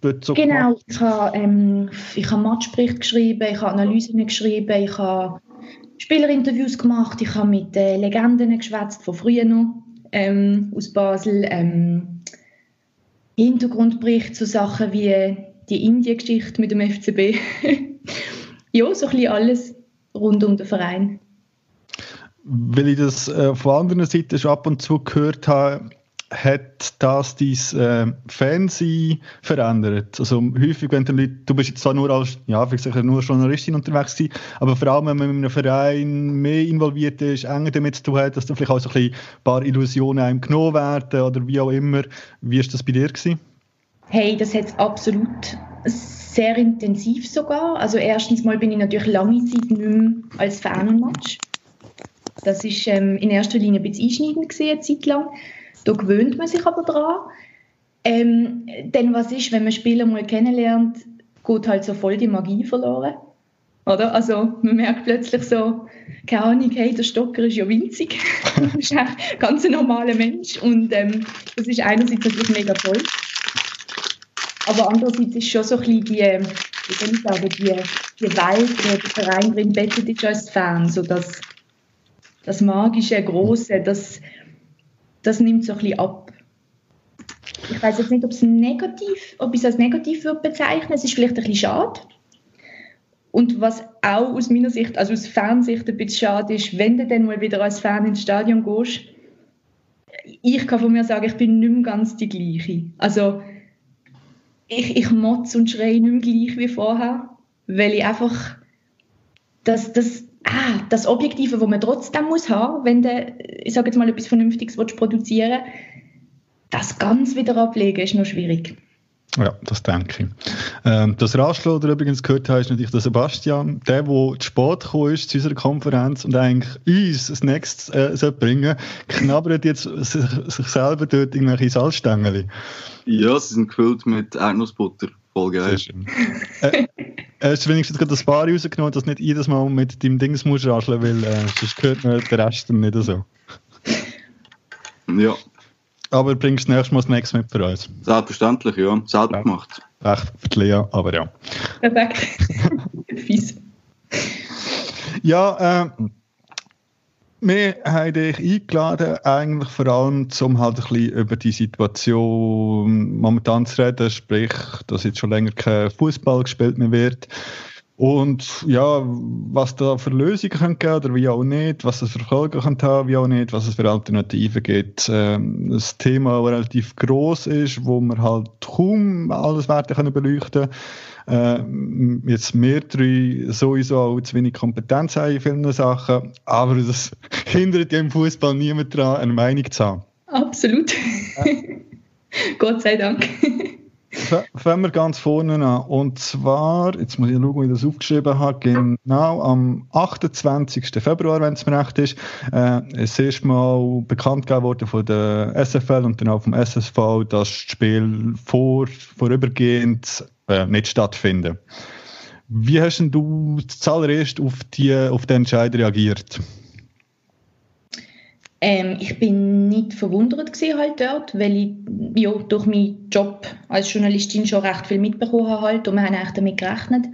dort so Genau, gemacht? ich habe Matchberichte geschrieben, ich habe Analysen geschrieben, ich habe Spielerinterviews gemacht, ich habe mit Legenden geschwätzt von früher noch aus Basel, Hintergrundberichte zu Sachen wie die Indien-Geschichte mit dem FCB. Ja, so ein bisschen alles rund um den Verein. Weil ich das von anderen Seiten schon ab und zu gehört habe, hat das dein Fernsehen verändert? Also häufig, wenn die Leute, du bist jetzt zwar nur als nur Journalistin unterwegs gewesen, aber vor allem, wenn man in einem Verein mehr involviert ist, enger damit zu tun hat, dass da vielleicht auch so ein paar Illusionen einem genommen werden oder wie auch immer. Wie war das bei dir gewesen? Hey, das hat es absolut sehr intensiv sogar. Also erstens mal bin ich natürlich lange Zeit nicht mehr als Fan am Match. Das war in erster Linie ein bisschen einschneidend gewesen, eine Zeit lang. Da gewöhnt man sich aber dran. Dann was ist, wenn man Spieler mal kennenlernt, geht halt so voll die Magie verloren. Oder? Also man merkt plötzlich so, keine Ahnung, hey, der Stocker ist ja winzig. Das ist ein ganz normaler Mensch. Und das ist einerseits natürlich mega toll. Aber andererseits ist schon so ein bisschen die Welt, wo der Verein drin bettet ist als Fan. So das Magische, Grosse, das nimmt so ein bisschen ab. Ich weiß jetzt nicht, ob ich es als negativ würde bezeichnen. Es ist vielleicht ein bisschen schade. Und was auch aus meiner Sicht, also aus Fansicht ein bisschen schade ist, wenn du dann mal wieder als Fan ins Stadion gehst, ich kann von mir sagen, ich bin nicht mehr ganz die Gleiche. Also ich motze und schreie nicht mehr gleich wie vorher, weil ich einfach das Objektive, das man trotzdem muss haben, wenn du, ich sage jetzt mal, etwas Vernünftiges produzieren willst, das ganz wieder ablegen, ist noch schwierig. Ja, das denke ich. Das Raschel, das übrigens gehört hast, ist natürlich der Sebastian, der zu spät gekommen ist zu unserer Konferenz und eigentlich uns das Nächste bringen knabbert jetzt sich selber dort irgendwelche Salzstängel. Ja, sie sind gefüllt mit Erdnussbutter. Voll geil. Sehr schön. Hast du wenigstens gerade das Paar rausgenommen, dass nicht jedes Mal mit deinem Dings musst rascheln, weil sonst gehört mir der Rest nicht so. Ja. Aber bringst du nächstes Mal das nächste mit für uns? Selbstverständlich, ja. Selber gemacht. Echt für die Lea, aber ja. Perfekt. Fies. Ja, wir haben dich eingeladen, eigentlich vor allem, um halt ein bisschen über die Situation momentan zu reden, sprich, dass jetzt schon länger kein Fußball gespielt mehr wird. Und ja, was da für Lösungen geben können oder wie auch nicht, was es für Folgen kann haben, wie auch nicht, was es für Alternativen gibt. Ein Thema, das relativ gross ist, wo wir halt kaum alles Werte können beleuchten können. Jetzt wir drei sowieso auch zu wenig Kompetenz haben in vielen Sachen, aber das hindert ja im Fußball niemand daran, eine Meinung zu haben. Absolut. Ja. Gott sei Dank. Fangen wir ganz vorne an. Und zwar, jetzt muss ich schauen, wie ich das aufgeschrieben habe, genau am 28. Februar, wenn es mir recht ist, das erste Mal bekannt gegeben worden von der SFL und dann auch vom SSV, dass das Spiel vorübergehend nicht stattfinden. Wie hast denn du zuallererst auf den Entscheid reagiert? Ich bin nicht verwundert gewesen halt dort, weil ich durch meinen Job als Journalistin schon recht viel mitbekommen habe halt, und wir haben eigentlich damit gerechnet.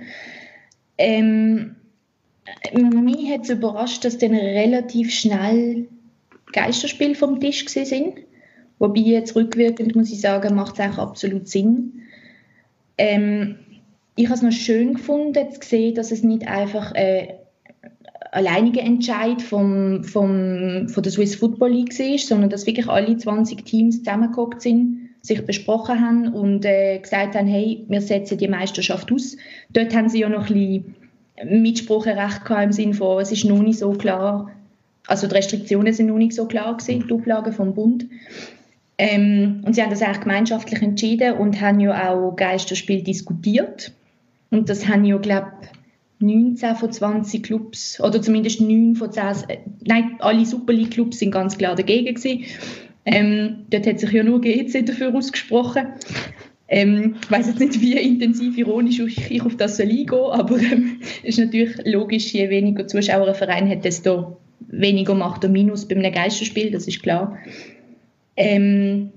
Mich hat es überrascht, dass dann relativ schnell Geisterspiele vom Tisch sind. Wobei jetzt rückwirkend, muss ich sagen, macht es eigentlich absolut Sinn. Ich habe es noch schön gefunden, zu sehen, dass es nicht einfach alleiniger Entscheid von der Swiss Football League war, sondern dass wirklich alle 20 Teams zusammengehockt sind, sich besprochen haben und gesagt haben, hey, wir setzen die Meisterschaft aus. Dort haben sie ja noch ein bisschen Mitspracherecht gehabt, im Sinne von, es ist noch nicht so klar, also die Restriktionen sind noch nicht so klar gewesen, die Auflagen vom Bund. Und sie haben das eigentlich gemeinschaftlich entschieden und haben ja auch Geisterspiel diskutiert. Und das haben ja, glaube ich, 19 von 20 Clubs, oder zumindest 9 von 10, alle Super League Clubs sind ganz klar dagegen gewesen. Dort hat sich ja nur GEC dafür ausgesprochen. Ich weiss jetzt nicht, wie intensiv ironisch ich auf das eingehen soll, aber es ist natürlich logisch, je weniger Zuschauer ein Verein hat, desto weniger macht er Minus bei einem Geisterspiel, das ist klar.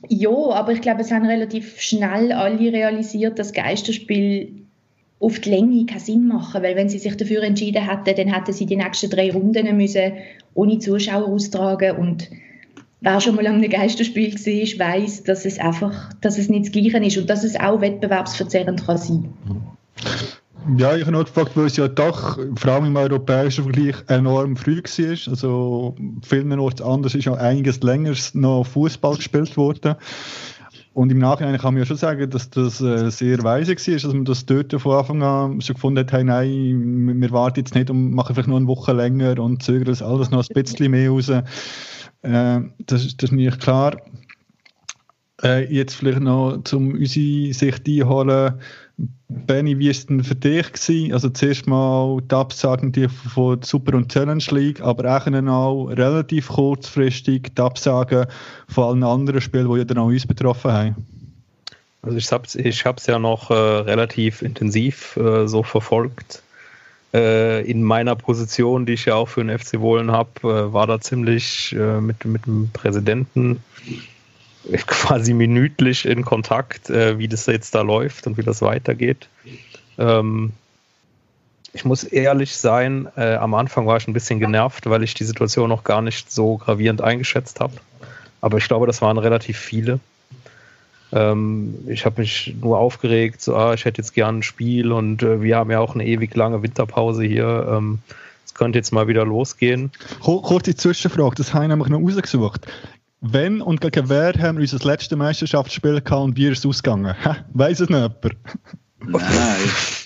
Ja, aber ich glaube, es haben relativ schnell alle realisiert, dass Geisterspiel auf die Länge keinen Sinn machen, weil wenn sie sich dafür entschieden hätten, dann hätten sie die nächsten 3 Runden müssen ohne Zuschauer austragen und wer schon mal an einem Geisterspiel war, weiss, dass es nicht das Gleiche ist und dass es auch wettbewerbsverzerrend kann sein. Ja, ich habe noch gefragt, weil es ja doch, vor allem im europäischen Vergleich, enorm früh war. Also vielen Orten anders ist ja einiges länger noch Fußball gespielt worden. Und im Nachhinein kann man ja schon sagen, dass das sehr weise war, dass man das dort von Anfang an schon gefunden hat, hey, nein, wir warten jetzt nicht und machen vielleicht noch eine Woche länger und zögern das alles noch ein bisschen mehr raus. Das ist nicht klar. Jetzt vielleicht noch, um unsere Sicht einholen, Benni, wie war es denn für dich gewesen? Also zuerst mal die Absagen von der Super- und Challenge League, aber auch relativ kurzfristig die Absagen von allen anderen Spielen, die ja dann auch uns betroffen haben. Also ich hab's ja noch relativ intensiv so verfolgt. In meiner Position, die ich ja auch für den FC Wohlen habe, war da ziemlich mit dem Präsidenten quasi minütlich in Kontakt, wie das jetzt da läuft und wie das weitergeht. Ich muss ehrlich sein, am Anfang war ich ein bisschen genervt, weil ich die Situation noch gar nicht so gravierend eingeschätzt habe. Aber ich glaube, das waren relativ viele. Ich habe mich nur aufgeregt, so, ich hätte jetzt gerne ein Spiel und wir haben ja auch eine ewig lange Winterpause hier. Es könnte jetzt mal wieder losgehen. Kurze Zwischenfrage, das haben wir nämlich noch rausgesucht. Wenn und gegen wer haben wir unser letztes Meisterschaftsspiel gehabt und wie ist es ausgegangen? Weiss es nicht jemand? Nein.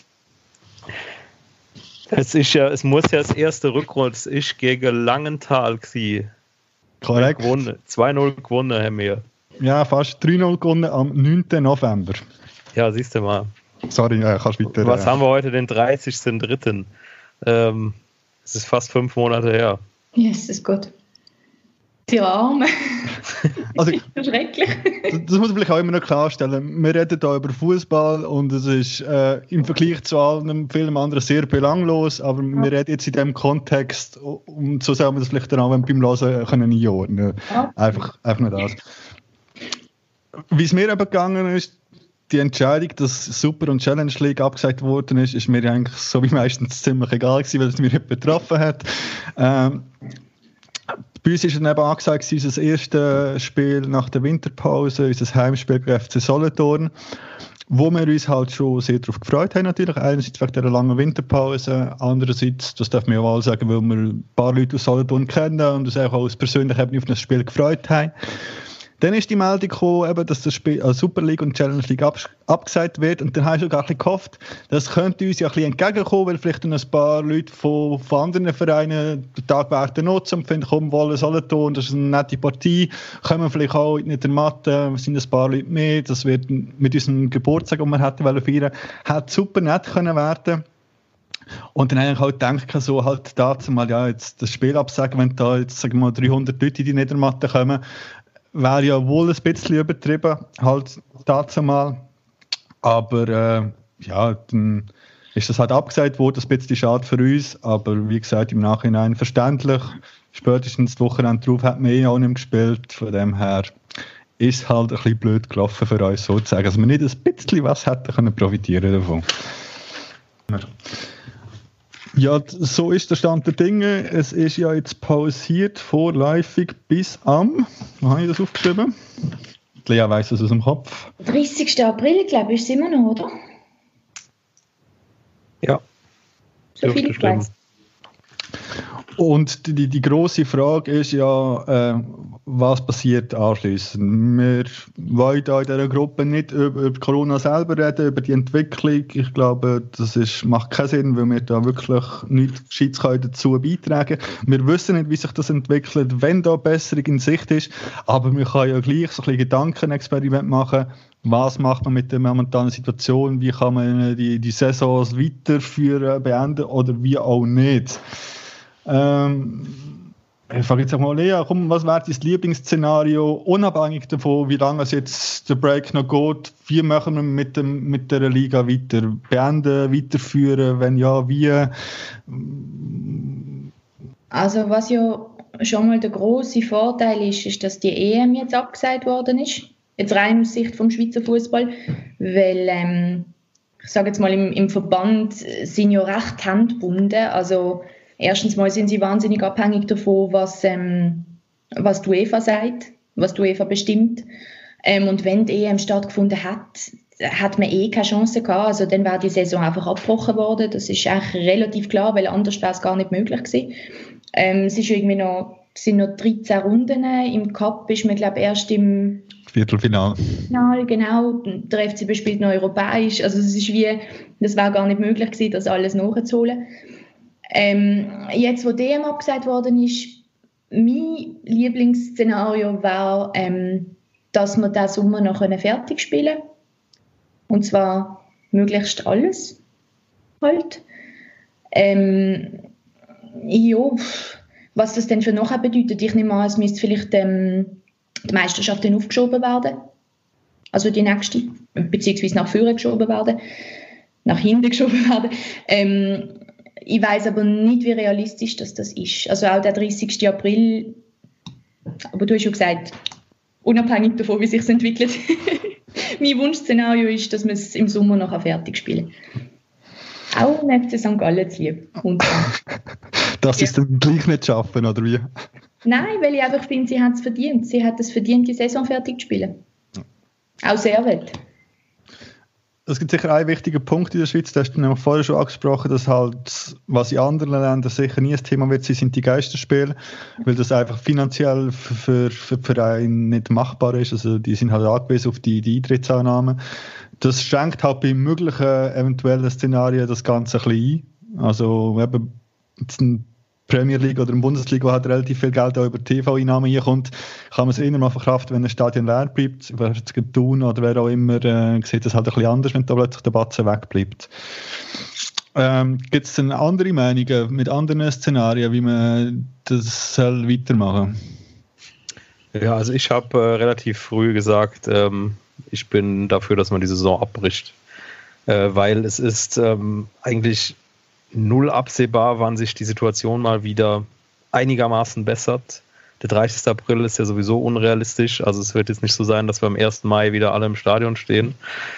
Es muss ja das erste Rückrunde, das ist gegen Langenthal gewesen. Korrekt. 2-0 gewonnen haben wir. Ja, fast 3-0 gewonnen am 9. November. Ja, siehst du mal. Sorry, kannst weiter. Was haben wir heute, den 30.03.? Es ist fast 5 Monate her. Jesus Gott. Die Arme. Also, Schrecklich. das muss man vielleicht auch immer noch klarstellen. Wir reden hier über Fußball und es ist im Vergleich zu allen vielen anderen sehr belanglos, aber wir reden jetzt in diesem Kontext und so soll man das vielleicht dann auch beim Hören können einordnen. Einfach nur das. Wie es mir eben gegangen ist, die Entscheidung, dass Super- und Challenge League abgesagt worden ist mir eigentlich so wie meistens ziemlich egal gewesen, weil es mich nicht betroffen hat. Bei uns war dann eben angesagt, unser erstes Spiel nach der Winterpause, unser Heimspiel gegen FC Solothurn, wo wir uns halt schon sehr darauf gefreut haben natürlich. Einerseits wegen dieser langen Winterpause, andererseits, das darf man ja auch sagen, weil wir ein paar Leute aus Solothurn kennen und uns auch aus persönlicher Ebene auf das Spiel gefreut haben. Dann ist die Meldung gekommen, eben, dass das Spiel Super League und Challenge League abgesagt wird. Und dann habe ich sogar ein bisschen gehofft, das könnte uns ja ein bisschen entgegenkommen, weil vielleicht ein paar Leute von anderen Vereinen den Tag werden nutzen und finden, komm, wollen Solothurn, das ist eine nette Partie, kommen vielleicht auch in der Matte, sind ein paar Leute mehr, das wird mit unserem Geburtstag, den wir hätten feiern, hat super nett können werden. Und dann habe ich halt gedacht, so halt dazu mal, ja, jetzt das Spiel absagen, wenn da jetzt, sagen wir mal, 300 Leute in die Niedermatte kommen, wäre ja wohl ein bisschen übertrieben, halt dazu mal. Aber ja, dann ist das halt abgesagt worden, ein bisschen schade für uns, aber wie gesagt, im Nachhinein verständlich. Spätestens die Wochenende drauf hat man auch nicht mehr gespielt, von dem her ist halt ein bisschen blöd gelaufen für uns sozusagen, dass wir nicht ein bisschen was hätten können profitieren davon. Ja, so ist der Stand der Dinge. Es ist ja jetzt pausiert vorläufig bis am, wo habe ich das aufgeschrieben? Lea weiss es aus dem Kopf. 30. April, glaube ich, ist es immer noch, oder? Ja. So viel ich weiß. Und die grosse Frage ist ja, was passiert anschliessend? Wir wollen da in dieser Gruppe nicht über Corona selber reden, über die Entwicklung. Ich glaube, macht keinen Sinn, weil wir da wirklich nichts Gescheites dazu beitragen können. Wir wissen nicht, wie sich das entwickelt, wenn da Besserung in Sicht ist, aber man kann ja gleich so ein bisschen Gedankenexperiment machen. Was macht man mit der momentanen Situation? Wie kann man die Saisons weiterführen, beenden oder wie auch nicht? Ich frage jetzt mal Lea, komm, was wäre dein Lieblingsszenario, unabhängig davon, wie lange es jetzt der Break noch geht? Wie machen wir mit der Liga weiter? Beenden, weiterführen, wenn ja, wie? Also was ja schon mal der grosse Vorteil ist, dass die EM jetzt abgesagt worden ist. jetzt rein aus Sicht vom Schweizer Fußball, weil ich sage jetzt mal, im Verband sind ja recht handgebunden. Also erstens mal sind sie wahnsinnig abhängig davon, was die UEFA sagt, was die UEFA bestimmt. Und wenn die EM stattgefunden hat man keine Chance gehabt. Also dann wäre die Saison einfach abgebrochen worden. Das ist eigentlich relativ klar, weil anders wäre es gar nicht möglich gewesen. Es ist irgendwie sind noch 13 Runden. Im Cup ist man, glaube ich, erst im Viertelfinale. Genau. Der FCB spielt noch europäisch. Also das wäre gar nicht möglich gewesen, das alles nachzuholen. Jetzt, wo DM abgesagt worden ist, mein Lieblingsszenario wäre, dass wir diesen Sommer noch fertig spielen können. Und zwar möglichst alles. Halt. Ja, was das denn für nachher bedeutet, ich nehme an, es müsste vielleicht die Meisterschaft dann aufgeschoben werden. Also die nächste, beziehungsweise nach vorne geschoben werden, nach hinten geschoben werden. Ich weiss aber nicht, wie realistisch das ist. Also auch der 30. April, aber du hast schon gesagt, unabhängig davon, wie sich es entwickelt. Mein Wunschszenario ist, dass wir es im Sommer noch fertig spielen. Auch neben St. Gallen zu lieb. Das ist dann gleich nicht schaffen, oder wie? Nein, weil ich einfach finde, sie hat es verdient. Sie hat es verdient, die Saison fertig zu spielen. Auch Servet. Es gibt sicher einen wichtigen Punkt in der Schweiz, das hast du nämlich vorher schon angesprochen, dass halt, was in anderen Ländern sicher nie ein Thema wird, sind die Geisterspiele, weil das einfach finanziell für Vereine nicht machbar ist. Also die sind halt angewiesen auf die Eintrittseinnahmen. Das schränkt halt bei möglichen eventuellen Szenarien das Ganze ein bisschen ein. Also eben jetzt eine Premier League oder eine Bundesliga, wo halt relativ viel Geld auch über TV-Einnahmen hinkommt, kann man es eher mal verkraften, wenn ein Stadion leer bleibt. Wer es tun oder wer auch immer, sieht das halt ein bisschen anders, wenn da plötzlich der Batzen wegbleibt. Gibt es denn andere Meinungen mit anderen Szenarien, wie man das soll weitermachen? Ja, also ich habe relativ früh gesagt, ich bin dafür, dass man die Saison abbricht. Weil es ist eigentlich null absehbar, wann sich die Situation mal wieder einigermaßen bessert. Der 30. April ist ja sowieso unrealistisch. Also es wird jetzt nicht so sein, dass wir am 1. Mai wieder alle im Stadion stehen.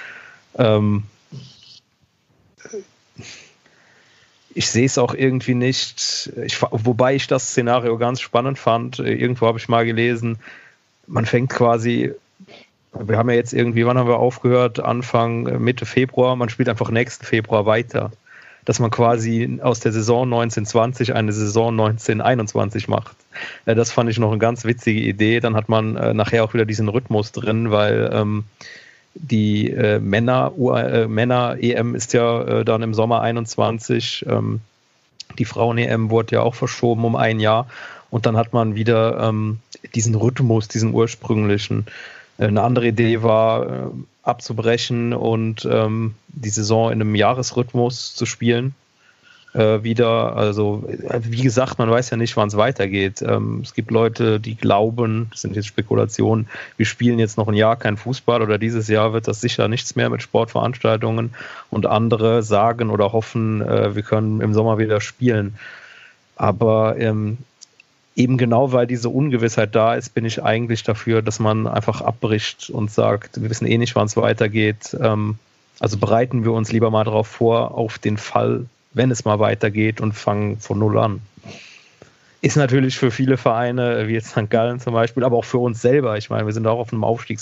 Ich sehe es auch irgendwie nicht. Wobei ich das Szenario ganz spannend fand. Irgendwo habe ich mal gelesen, man fängt quasi, wir haben ja jetzt irgendwie, wann haben wir aufgehört? Mitte Februar. Man spielt einfach nächsten Februar weiter. Dass man quasi aus der Saison 1920 eine Saison 1921 macht. Das fand ich noch eine ganz witzige Idee. Dann hat man nachher auch wieder diesen Rhythmus drin, weil die Männer-EM ist ja dann im Sommer 21. Die Frauen-EM wurde ja auch verschoben um ein Jahr. Und dann hat man wieder diesen Rhythmus, diesen ursprünglichen. Eine andere Idee war, abzubrechen und die Saison in einem Jahresrhythmus zu spielen. Wieder, also wie gesagt, man weiß ja nicht, wann es weitergeht. Es gibt Leute, die glauben, das sind jetzt Spekulationen, wir spielen jetzt noch ein Jahr kein Fußball oder dieses Jahr wird das sicher nichts mehr mit Sportveranstaltungen, und andere sagen oder hoffen, wir können im Sommer wieder spielen. Aber eben genau, weil diese Ungewissheit da ist, bin ich eigentlich dafür, dass man einfach abbricht und sagt, wir wissen eh nicht, wann es weitergeht. Also bereiten wir uns lieber mal darauf vor, auf den Fall, wenn es mal weitergeht, und fangen von Null an. Ist natürlich für viele Vereine, wie jetzt St. Gallen zum Beispiel, aber auch für uns selber. Ich meine, wir sind auch auf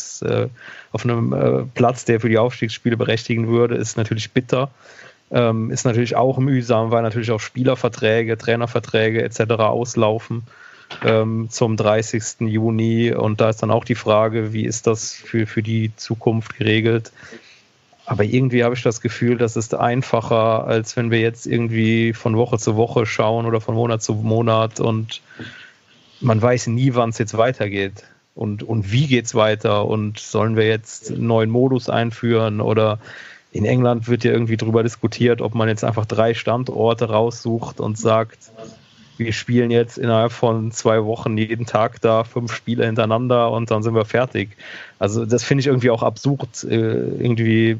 einem Platz, der für die Aufstiegsspiele berechtigen würde, ist natürlich bitter. Ist natürlich auch mühsam, weil natürlich auch Spielerverträge, Trainerverträge etc. auslaufen zum 30. Juni. Und da ist dann auch die Frage, wie ist das für die Zukunft geregelt? Aber irgendwie habe ich das Gefühl, das ist einfacher, als wenn wir jetzt irgendwie von Woche zu Woche schauen oder von Monat zu Monat und man weiß nie, wann es jetzt weitergeht und wie geht es weiter und sollen wir jetzt einen neuen Modus einführen oder in England wird ja irgendwie darüber diskutiert, ob man jetzt einfach 3 Standorte raussucht und sagt, wir spielen jetzt innerhalb von 2 Wochen jeden Tag da 5 Spiele hintereinander und dann sind wir fertig. Also das finde ich irgendwie auch absurd. Irgendwie,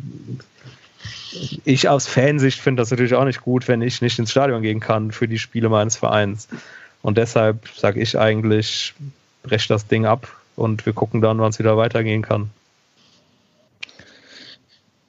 ich aus Fansicht finde das natürlich auch nicht gut, wenn ich nicht ins Stadion gehen kann für die Spiele meines Vereins. Und deshalb sage ich eigentlich, brech das Ding ab und wir gucken dann, wann es wieder weitergehen kann.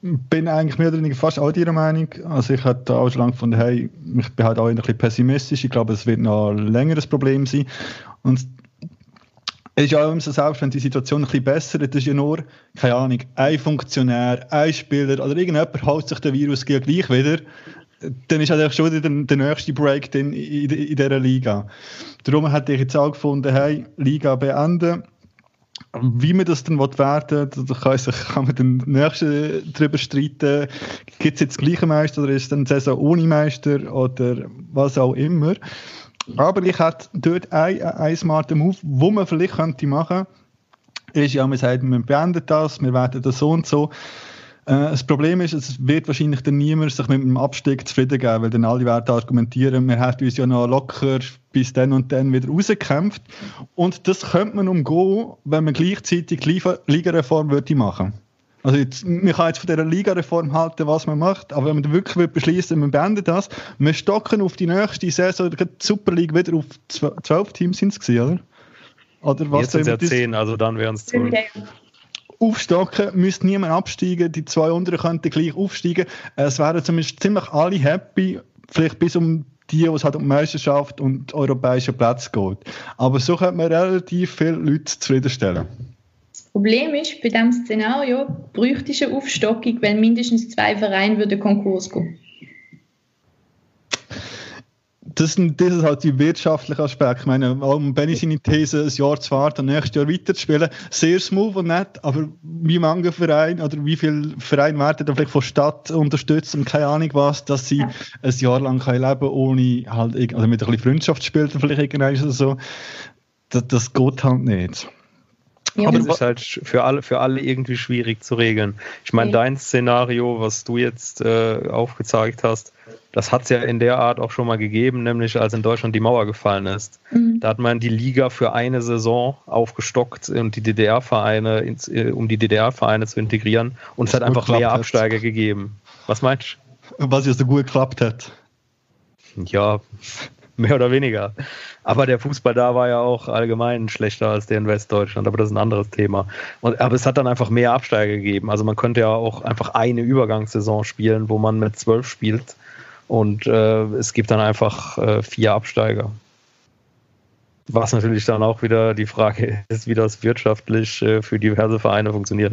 bin eigentlich mehr oder weniger fast auch Ihrer Meinung. Also ich hatte auch schon lange gefunden, hey, ich bin halt auch ein bisschen pessimistisch. Ich glaube, es wird noch ein längeres Problem sein. Und es ist auch immer so, selbst wenn die Situation ein bisschen besser ist, ist ja nur, keine Ahnung, ein Funktionär, ein Spieler oder irgendjemand holt sich den Virus gleich wieder. Dann ist halt schon wieder der nächste Break in dieser Liga. Darum hätte ich jetzt auch gefunden, hey, Liga beenden. Wie man das dann werden will, da kann man den nächsten darüber streiten. Gibt es jetzt gleiche Meister oder ist es dann eine Saison ohne Meister oder was auch immer. Aber ich hätte dort einen smarten Move, wo man vielleicht könnte machen könnte, ist ja, man sagt, wir beenden das, wir werden das so und so. Das Problem ist, es wird wahrscheinlich dann niemand sich mit dem Abstieg zufrieden geben, weil dann alle werden argumentieren, wir hätten uns ja noch locker bis dann und dann wieder rausgekämpft. Und das könnte man umgehen, wenn man gleichzeitig Ligareform würde machen. Also man kann jetzt von dieser Ligareform halten, was man macht, aber wenn man wirklich beschließen, wir beenden das, wir stocken auf die nächste Saison, die Super League wieder auf 12 Teams sind es gewesen, oder? Oder was? Jetzt sind es ja 10, also dann wären es 12. Aufstocken, müsste niemand absteigen, die 2 unteren könnten gleich aufsteigen. Es wären zumindest ziemlich alle happy, vielleicht bis um die es halt um die Meisterschaft und europäische Plätze geht. Aber so könnte man relativ viele Leute zufriedenstellen. Das Problem ist, bei diesem Szenario bräuchte es eine Aufstockung, wenn mindestens 2 Vereine würden Konkurs gehen. Das ist halt die wirtschaftliche Aspekt. Ich meine, um Benny seine These ein Jahr zu warten und nächstes Jahr weiterzuspielen, sehr smooth und nett, aber wie manche Vereine oder wie viele Vereine werden dann vielleicht von Stadt unterstützt und keine Ahnung was, dass sie ein Jahr lang leben können, ohne halt, also mit ein bisschen Freundschaft spielen vielleicht irgendwann oder so. Das geht halt nicht. Ja, Aber das ist halt für alle irgendwie schwierig zu regeln. Ich meine, dein Szenario, was du jetzt aufgezeigt hast, das hat es ja in der Art auch schon mal gegeben, nämlich als in Deutschland die Mauer gefallen ist. Mhm. Da hat man die Liga für eine Saison aufgestockt und die DDR-Vereine, um die DDR-Vereine zu integrieren, und es hat einfach mehr Absteiger gegeben. Was meinst du? Was ja so gut geklappt hat. Ja, mehr oder weniger. Aber der Fußball da war ja auch allgemein schlechter als der in Westdeutschland, aber das ist ein anderes Thema. Aber es hat dann einfach mehr Absteiger gegeben. Also man könnte ja auch einfach eine Übergangssaison spielen, wo man mit 12 spielt und es gibt dann einfach 4 Absteiger. Was natürlich dann auch wieder die Frage ist, wie das wirtschaftlich für diverse Vereine funktioniert.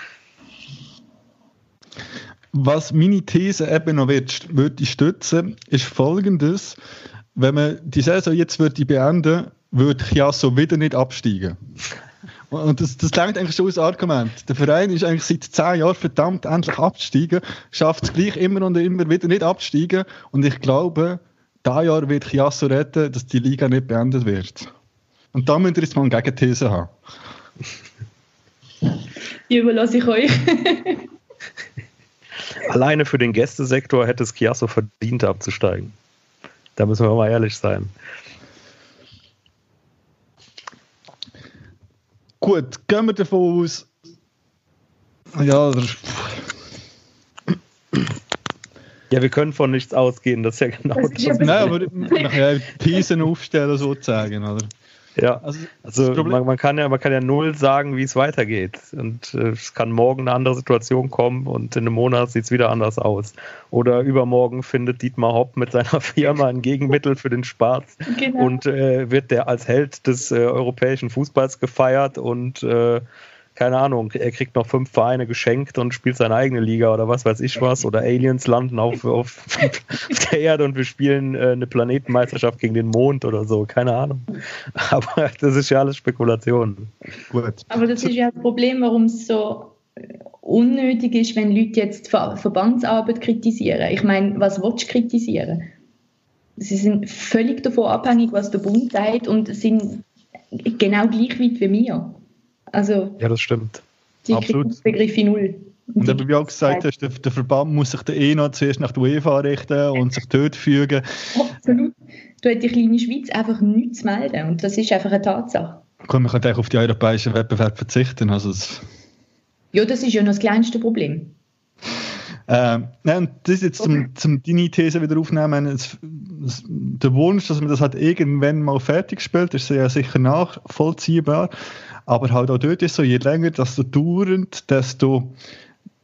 Was meine These eben noch würde stützen, ist Folgendes. Wenn man die Saison jetzt beenden würde, würde Chiasso wieder nicht absteigen. Und das klingt eigentlich schon als Argument. Der Verein ist eigentlich seit 10 Jahren verdammt, endlich abzusteigen, schafft es gleich immer und immer wieder nicht abzusteigen. Und ich glaube, dieses Jahr wird Chiasso retten, dass die Liga nicht beendet wird. Und da müsst ihr jetzt mal eine Gegenthese haben. Die überlasse ich euch. Alleine für den Gästesektor hätte es Chiasso verdient, abzusteigen. Da müssen wir mal ehrlich sein. Gut, gehen wir davon aus. Ja, wir können von nichts ausgehen, das ist ja genau das. Nein, aber nachher Thesen aufstellen sozusagen, oder? Ja, also man kann ja null sagen, wie es weitergeht. Und es kann morgen eine andere Situation kommen und in einem Monat sieht es wieder anders aus. Oder übermorgen findet Dietmar Hopp mit seiner Firma ein Gegenmittel für den Spaß und wird der als Held des europäischen Fußballs gefeiert und keine Ahnung, er kriegt noch 5 Vereine geschenkt und spielt seine eigene Liga oder was weiß ich was. Oder Aliens landen auf der Erde und wir spielen eine Planetenmeisterschaft gegen den Mond oder so. Keine Ahnung. Aber das ist ja alles Spekulation. Gut. Aber das ist ja das Problem, warum es so unnötig ist, wenn Leute jetzt Verbandsarbeit kritisieren. Ich meine, was willst du kritisieren? Sie sind völlig davon abhängig, was der Bund sagt und sind genau gleich weit wie wir. Also, ja, das stimmt. Die Begriffe null. Und wie du auch gesagt hast, der Verband muss sich dann noch zuerst nach der UEFA richten und sich dort fügen. Absolut. Da hat die kleine Schweiz einfach nichts zu melden und das ist einfach eine Tatsache. Man kann auf die europäischen Wettbewerb verzichten. Also ja, das ist ja noch das kleinste Problem. Nein, das ist jetzt zum deine These wieder aufnehmen. Der Wunsch, dass man das halt irgendwann mal fertig spielt, ist ja sicher nachvollziehbar. Aber halt auch dort ist so, je länger das so dauert, desto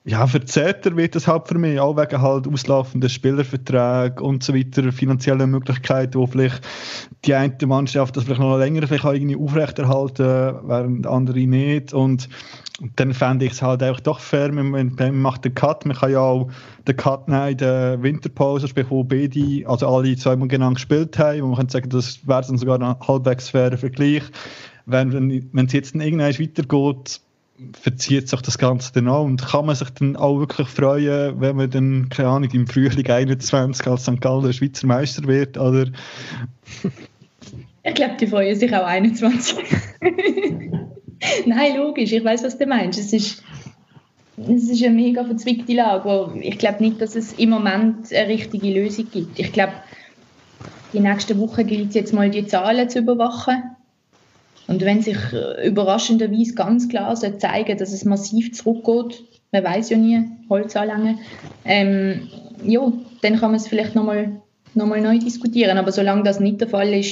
ja, verzerrter wird es halt für mich, auch wegen halt auslaufenden Spielerverträgen und so weiter, finanzielle Möglichkeiten, wo vielleicht die eine Mannschaft das vielleicht noch länger vielleicht auch irgendwie aufrechterhalten, während andere nicht. Und dann fände ich es halt einfach doch fair, man macht den Cut, man kann ja auch den Cut nehmen in der Winterpause, sprich wo beide, also alle zweimal genau gespielt haben, wo man kann sagen, das wäre dann sogar ein halbwegs fairer Vergleich. Wenn es jetzt dann irgendwann weitergeht, verzieht sich das Ganze dann auch und kann man sich dann auch wirklich freuen, wenn man dann, keine Ahnung, im Frühling 21 als St. Gallen Schweizer Meister wird, oder? Ich glaube, die freuen sich auch 21. Nein, logisch, ich weiß, was du meinst. Es ist eine mega verzwickte Lage, wo ich glaube nicht, dass es im Moment eine richtige Lösung gibt. Ich glaube, die nächsten Wochen gilt es jetzt mal, die Zahlen zu überwachen. Und wenn sich überraschenderweise ganz klar zeigen, dass es massiv zurückgeht, man weiß ja nie, Holz anlangen, ja, dann kann man es vielleicht nochmal neu diskutieren. Aber solange das nicht der Fall ist,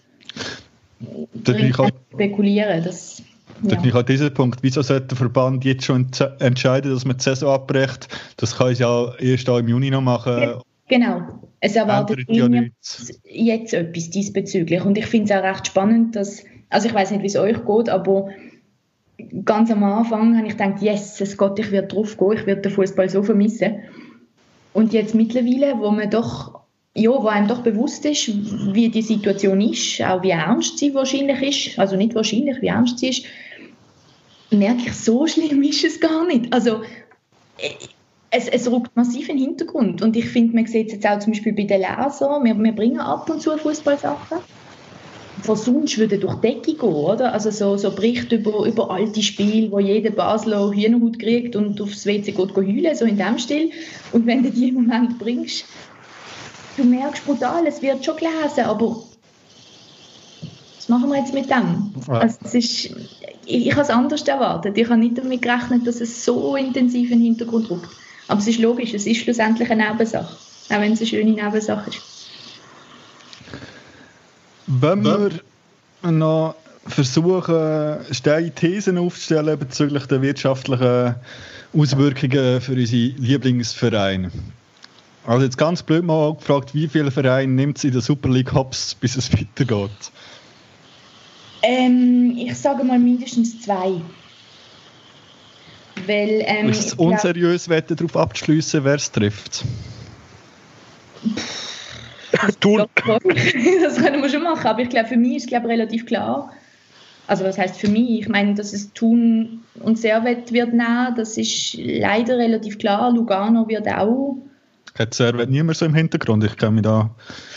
spekulieren. Da bin ich an diesem Punkt, wieso sollte der Verband jetzt schon entscheiden, dass man die Saison abbricht? Das kann es ja erst auch im Juni noch machen. Genau. Es erwartet jetzt etwas diesbezüglich. Und ich finde es auch recht spannend, dass, also ich weiß nicht, wie es euch geht, aber ganz am Anfang habe ich gedacht, yes, Gott, ich werde drauf gehen, ich werde den Fußball so vermissen. Und jetzt mittlerweile, wo einem doch bewusst ist, wie die Situation ist, auch wie ernst sie wahrscheinlich ist, also nicht wahrscheinlich, wie ernst sie ist, merke ich, so schlimm ist es gar nicht. Also es rückt massiv in den Hintergrund und ich finde, man sieht es jetzt auch zum Beispiel bei den Lesern, wir bringen ab und zu Fußballsachen, von sonst würde durch die Decke gehen, oder? Also so Berichte über alte Spiele, wo jeder Basler Hühnerhaut kriegt und aufs WC geht heulen, so in dem Stil. Und wenn du die im Moment bringst, du merkst brutal, es wird schon gelesen, aber was machen wir jetzt mit dem? Ja. Also ich habe es anders erwartet. Ich habe nicht damit gerechnet, dass es so intensiv in den Hintergrund rückt. Aber es ist logisch, es ist schlussendlich eine Nebensache, auch wenn es eine schöne Nebensache ist. Wenn wir noch versuchen, steile Thesen aufzustellen bezüglich der wirtschaftlichen Auswirkungen für unsere Lieblingsvereine. Also jetzt ganz blöd mal gefragt, wie viele Vereine nimmt es in der Super League Hops, bis es weitergeht? Ich sage mal mindestens 2. Weil, ist es unseriös, Wetten darauf abzuschliessen, wer es trifft? Das können wir schon machen, aber ich glaube, für mich ist es relativ klar. Also was heisst für mich? Ich meine, dass es Thun und Servette wird nehmen, das ist leider relativ klar. Lugano wird auch. Hat Servette niemand so im Hintergrund? Ich kann mich da...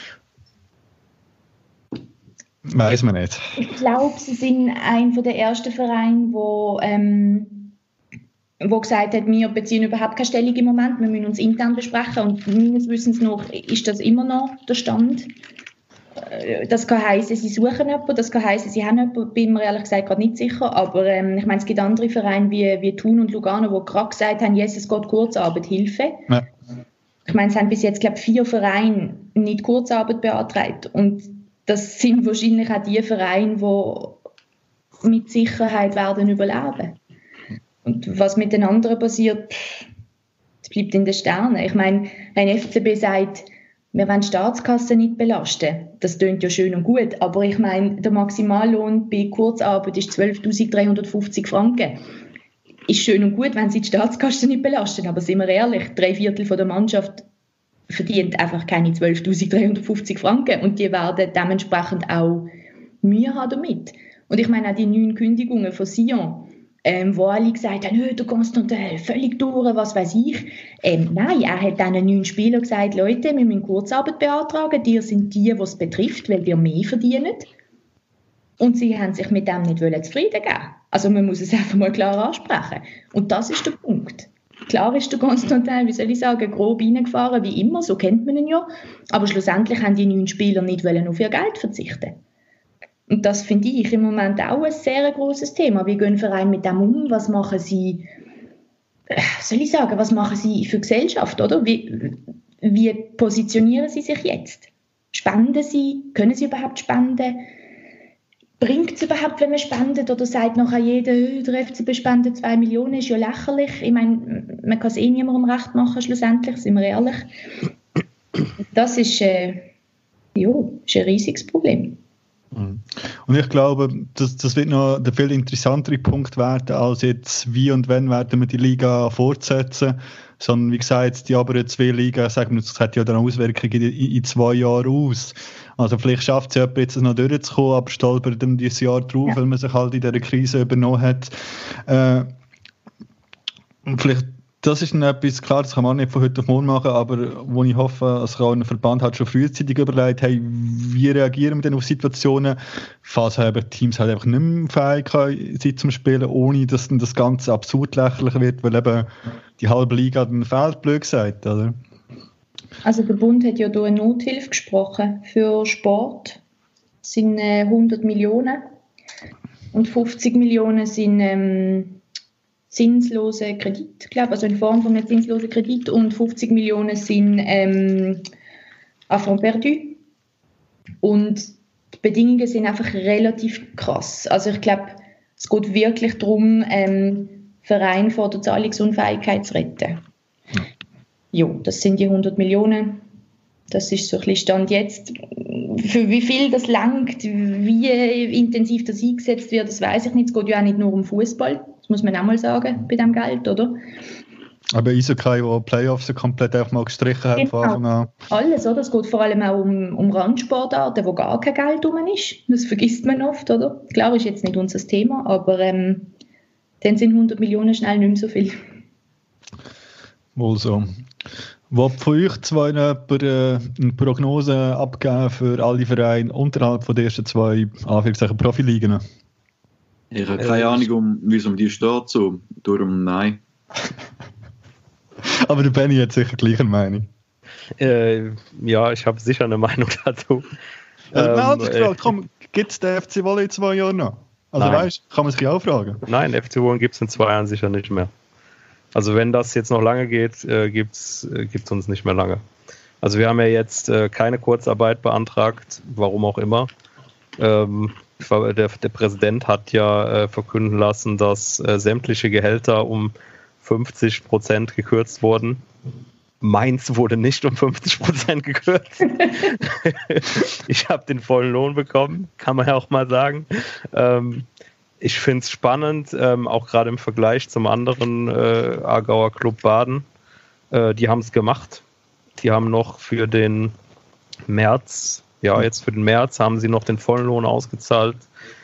Weiss man nicht. Ich glaube, sie sind einer der ersten Vereine, wo gesagt hat, wir beziehen überhaupt keine Stellung im Moment, wir müssen uns intern besprechen und meines Wissens nach ist das immer noch der Stand. Das kann heissen, sie suchen jemanden, das kann heissen, sie haben jemanden, bin mir ehrlich gesagt gerade nicht sicher, aber ich meine, es gibt andere Vereine wie Thun und Lugano, die gerade gesagt haben, yes, es geht Kurzarbeit, Hilfe. Ja. Ich meine, es haben bis jetzt, glaube ich, 4 Vereine nicht Kurzarbeit beantragt und das sind wahrscheinlich auch die Vereine, die mit Sicherheit werden überleben. Und was mit den anderen passiert, das bleibt in den Sternen. Ich meine, ein FCB sagt, wir wollen die Staatskasse nicht belasten. Das klingt ja schön und gut, aber ich meine, der Maximallohn bei Kurzarbeit ist 12.350 Franken. Ist schön und gut, wenn sie die Staatskasse nicht belasten, aber sind wir ehrlich, 3/4 der Mannschaft verdient einfach keine 12.350 Franken und die werden dementsprechend auch Mühe haben damit. Und ich meine auch die 9 Kündigungen von Sion, wo alle gesagt haben, der Constantin, völlig durch, was weiß ich. Nein, er hat diesen 9 Spielern gesagt, Leute, wir müssen Kurzarbeit beantragen, die sind die es betrifft, weil wir mehr verdienen. Und sie haben sich mit dem nicht zufrieden geben. Also man muss es einfach mal klar ansprechen. Und das ist der Punkt. Klar ist der Constantin, wie soll ich sagen, grob reingefahren, wie immer, so kennt man ihn ja. Aber schlussendlich haben die 9 Spieler nicht auf ihr Geld verzichten. Und das finde ich im Moment auch ein sehr grosses Thema. Wie gehen Vereine mit dem um? Was machen sie, was machen sie für Gesellschaft, oder? Wie positionieren sie sich jetzt? Spenden sie? Können sie überhaupt spenden? bringt es überhaupt, wenn man spendet? Oder sagt nachher jeder, der FCB spendet 2 Millionen, ist ja lächerlich. Ich meine, man kann es niemandem recht machen, schlussendlich, sind wir ehrlich. Das ist, ist ein riesiges Problem. Und ich glaube, das wird noch der viel interessantere Punkt werden, als jetzt wie und wann werden wir die Liga fortsetzen. Sondern wie gesagt, die oberen 2 Ligen, sagen wir, das hat ja dann Auswirkungen in 2 Jahren aus. Also vielleicht schafft es jemand jetzt noch durchzukommen, aber stolpert dann dieses Jahr drauf, weil man sich halt in dieser Krise übernommen hat. Und vielleicht, das ist dann etwas, klar, das kann man auch nicht von heute auf morgen machen, aber wo ich hoffe, dass auch ein Verband hat schon frühzeitig überlegt, hey, wie reagieren wir denn auf Situationen, falls eben Teams halt einfach nicht mehr fähig sind zum Spielen, ohne dass dann das Ganze absurd lächerlich wird, weil eben die halbe Liga dann fehlt, blöd gesagt, oder? Also der Bund hat ja hier eine Nothilfe gesprochen für Sport. Das sind 100 Millionen und 50 Millionen sind zinslose Kredit, glaube also in Form von einem zinslosen Kredit, und 50 Millionen sind Affront perdu. Und die Bedingungen sind einfach relativ krass. Also ich glaube, es geht wirklich darum, Verein vor der Zahlungsunfähigkeit zu retten. Ja, das sind die 100 Millionen. Das ist so ein bisschen Stand jetzt. Für wie viel das langt, wie intensiv das eingesetzt wird, das weiß ich nicht. Es geht ja auch nicht nur um Fußball. Das muss man auch mal sagen, bei dem Geld, oder? Aber Eishockey, wo Playoffs so komplett einfach mal gestrichen hat von Anfang an. Alles, oder? Es geht vor allem auch um Randsportarten, wo gar kein Geld drum ist. Das vergisst man oft, oder? Klar, ist jetzt nicht unser Thema, aber dann sind 100 Millionen schnell nicht mehr so viel. Wohl so. Will von euch zwei eine Prognose abgeben für alle Vereine unterhalb von den ersten 2 Profiligen? Ich habe keine Ahnung, wie es um die steht, so. Darum nein. Aber der Benni hat sicher gleiche Meinung. Ja, ich habe sicher eine Meinung dazu. Komm, gibt es den FC Wolle in 2 Jahren noch? Also weißt, kann man sich auch fragen. Nein, FC Wolle gibt es in 2 Jahren sicher nicht mehr. Also wenn das jetzt noch lange geht, gibt's uns nicht mehr lange. Also wir haben ja jetzt keine Kurzarbeit beantragt, warum auch immer. Der Präsident hat ja verkünden lassen, dass sämtliche Gehälter um 50% gekürzt wurden. Meins wurde nicht um 50% gekürzt. Ich habe den vollen Lohn bekommen, kann man ja auch mal sagen. Ich finde es spannend, auch gerade im Vergleich zum anderen Aargauer Club Baden. Die haben es gemacht. Die haben noch für den März, haben sie noch den vollen Lohn ausgezahlt.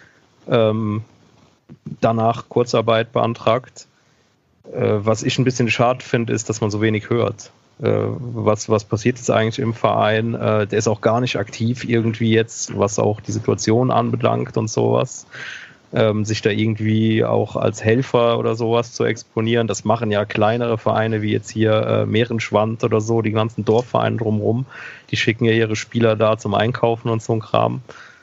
Danach Kurzarbeit beantragt. Was ich ein bisschen schade finde, ist, dass man so wenig hört. Was passiert jetzt eigentlich im Verein? Der ist auch gar nicht aktiv irgendwie jetzt, was auch die Situation anbelangt und sowas. Sich da irgendwie auch als Helfer oder sowas zu exponieren. Das machen ja kleinere Vereine wie jetzt hier Mehrenschwand oder so, die ganzen Dorfvereine drumherum. Die schicken ja ihre Spieler da zum Einkaufen und so ein Kram.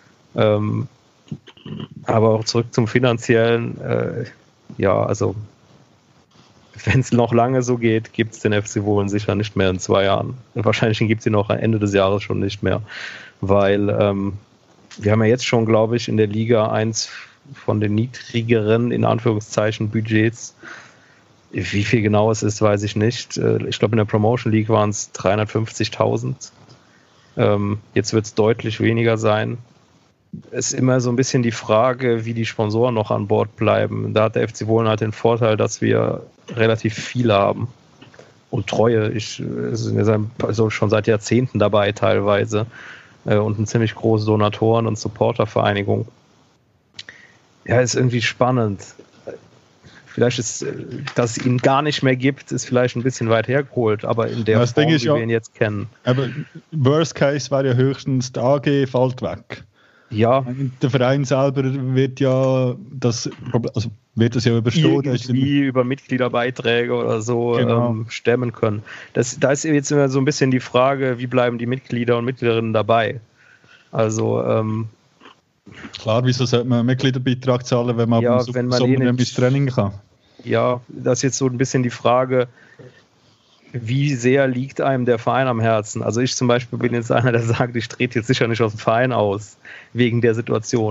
Aber auch zurück zum Finanziellen. Also wenn es noch lange so geht, gibt es den FC Wohlen sicher nicht mehr in 2 Jahren. Und wahrscheinlich gibt es ihn auch Ende des Jahres schon nicht mehr. Weil wir haben ja jetzt schon, glaube ich, in der Liga eins von den niedrigeren, in Anführungszeichen, Budgets. Wie viel genau es ist, weiß ich nicht. Ich glaube, in der Promotion League waren es 350.000. Jetzt wird es deutlich weniger sein. Es ist immer so ein bisschen die Frage, wie die Sponsoren noch an Bord bleiben. Da hat der FC Wohlen halt den Vorteil, dass wir relativ viele haben. Und Treue. Sind also schon seit Jahrzehnten dabei teilweise. Und eine ziemlich große Donatoren- und Supportervereinigung. Ja, ist irgendwie spannend. Vielleicht ist, dass es ihn gar nicht mehr gibt, ist vielleicht ein bisschen weit hergeholt, aber in der Form, wie wir ihn jetzt kennen. Aber Worst Case wäre ja höchstens, der AG fällt weg. Ja. Der Verein selber wird ja das ja überstehen. Irgendwie über Mitgliederbeiträge oder so stemmen können. Da ist jetzt immer so ein bisschen die Frage, wie bleiben die Mitglieder und Mitgliederinnen dabei? Also klar, wieso sollte man einen Mitgliederbeitrag zahlen, wenn man im Sommer nicht ins Training kann? Ja, das ist jetzt so ein bisschen die Frage, wie sehr liegt einem der Verein am Herzen? Also ich zum Beispiel bin jetzt einer, der sagt, ich trete jetzt sicher nicht aus dem Verein aus, wegen der Situation.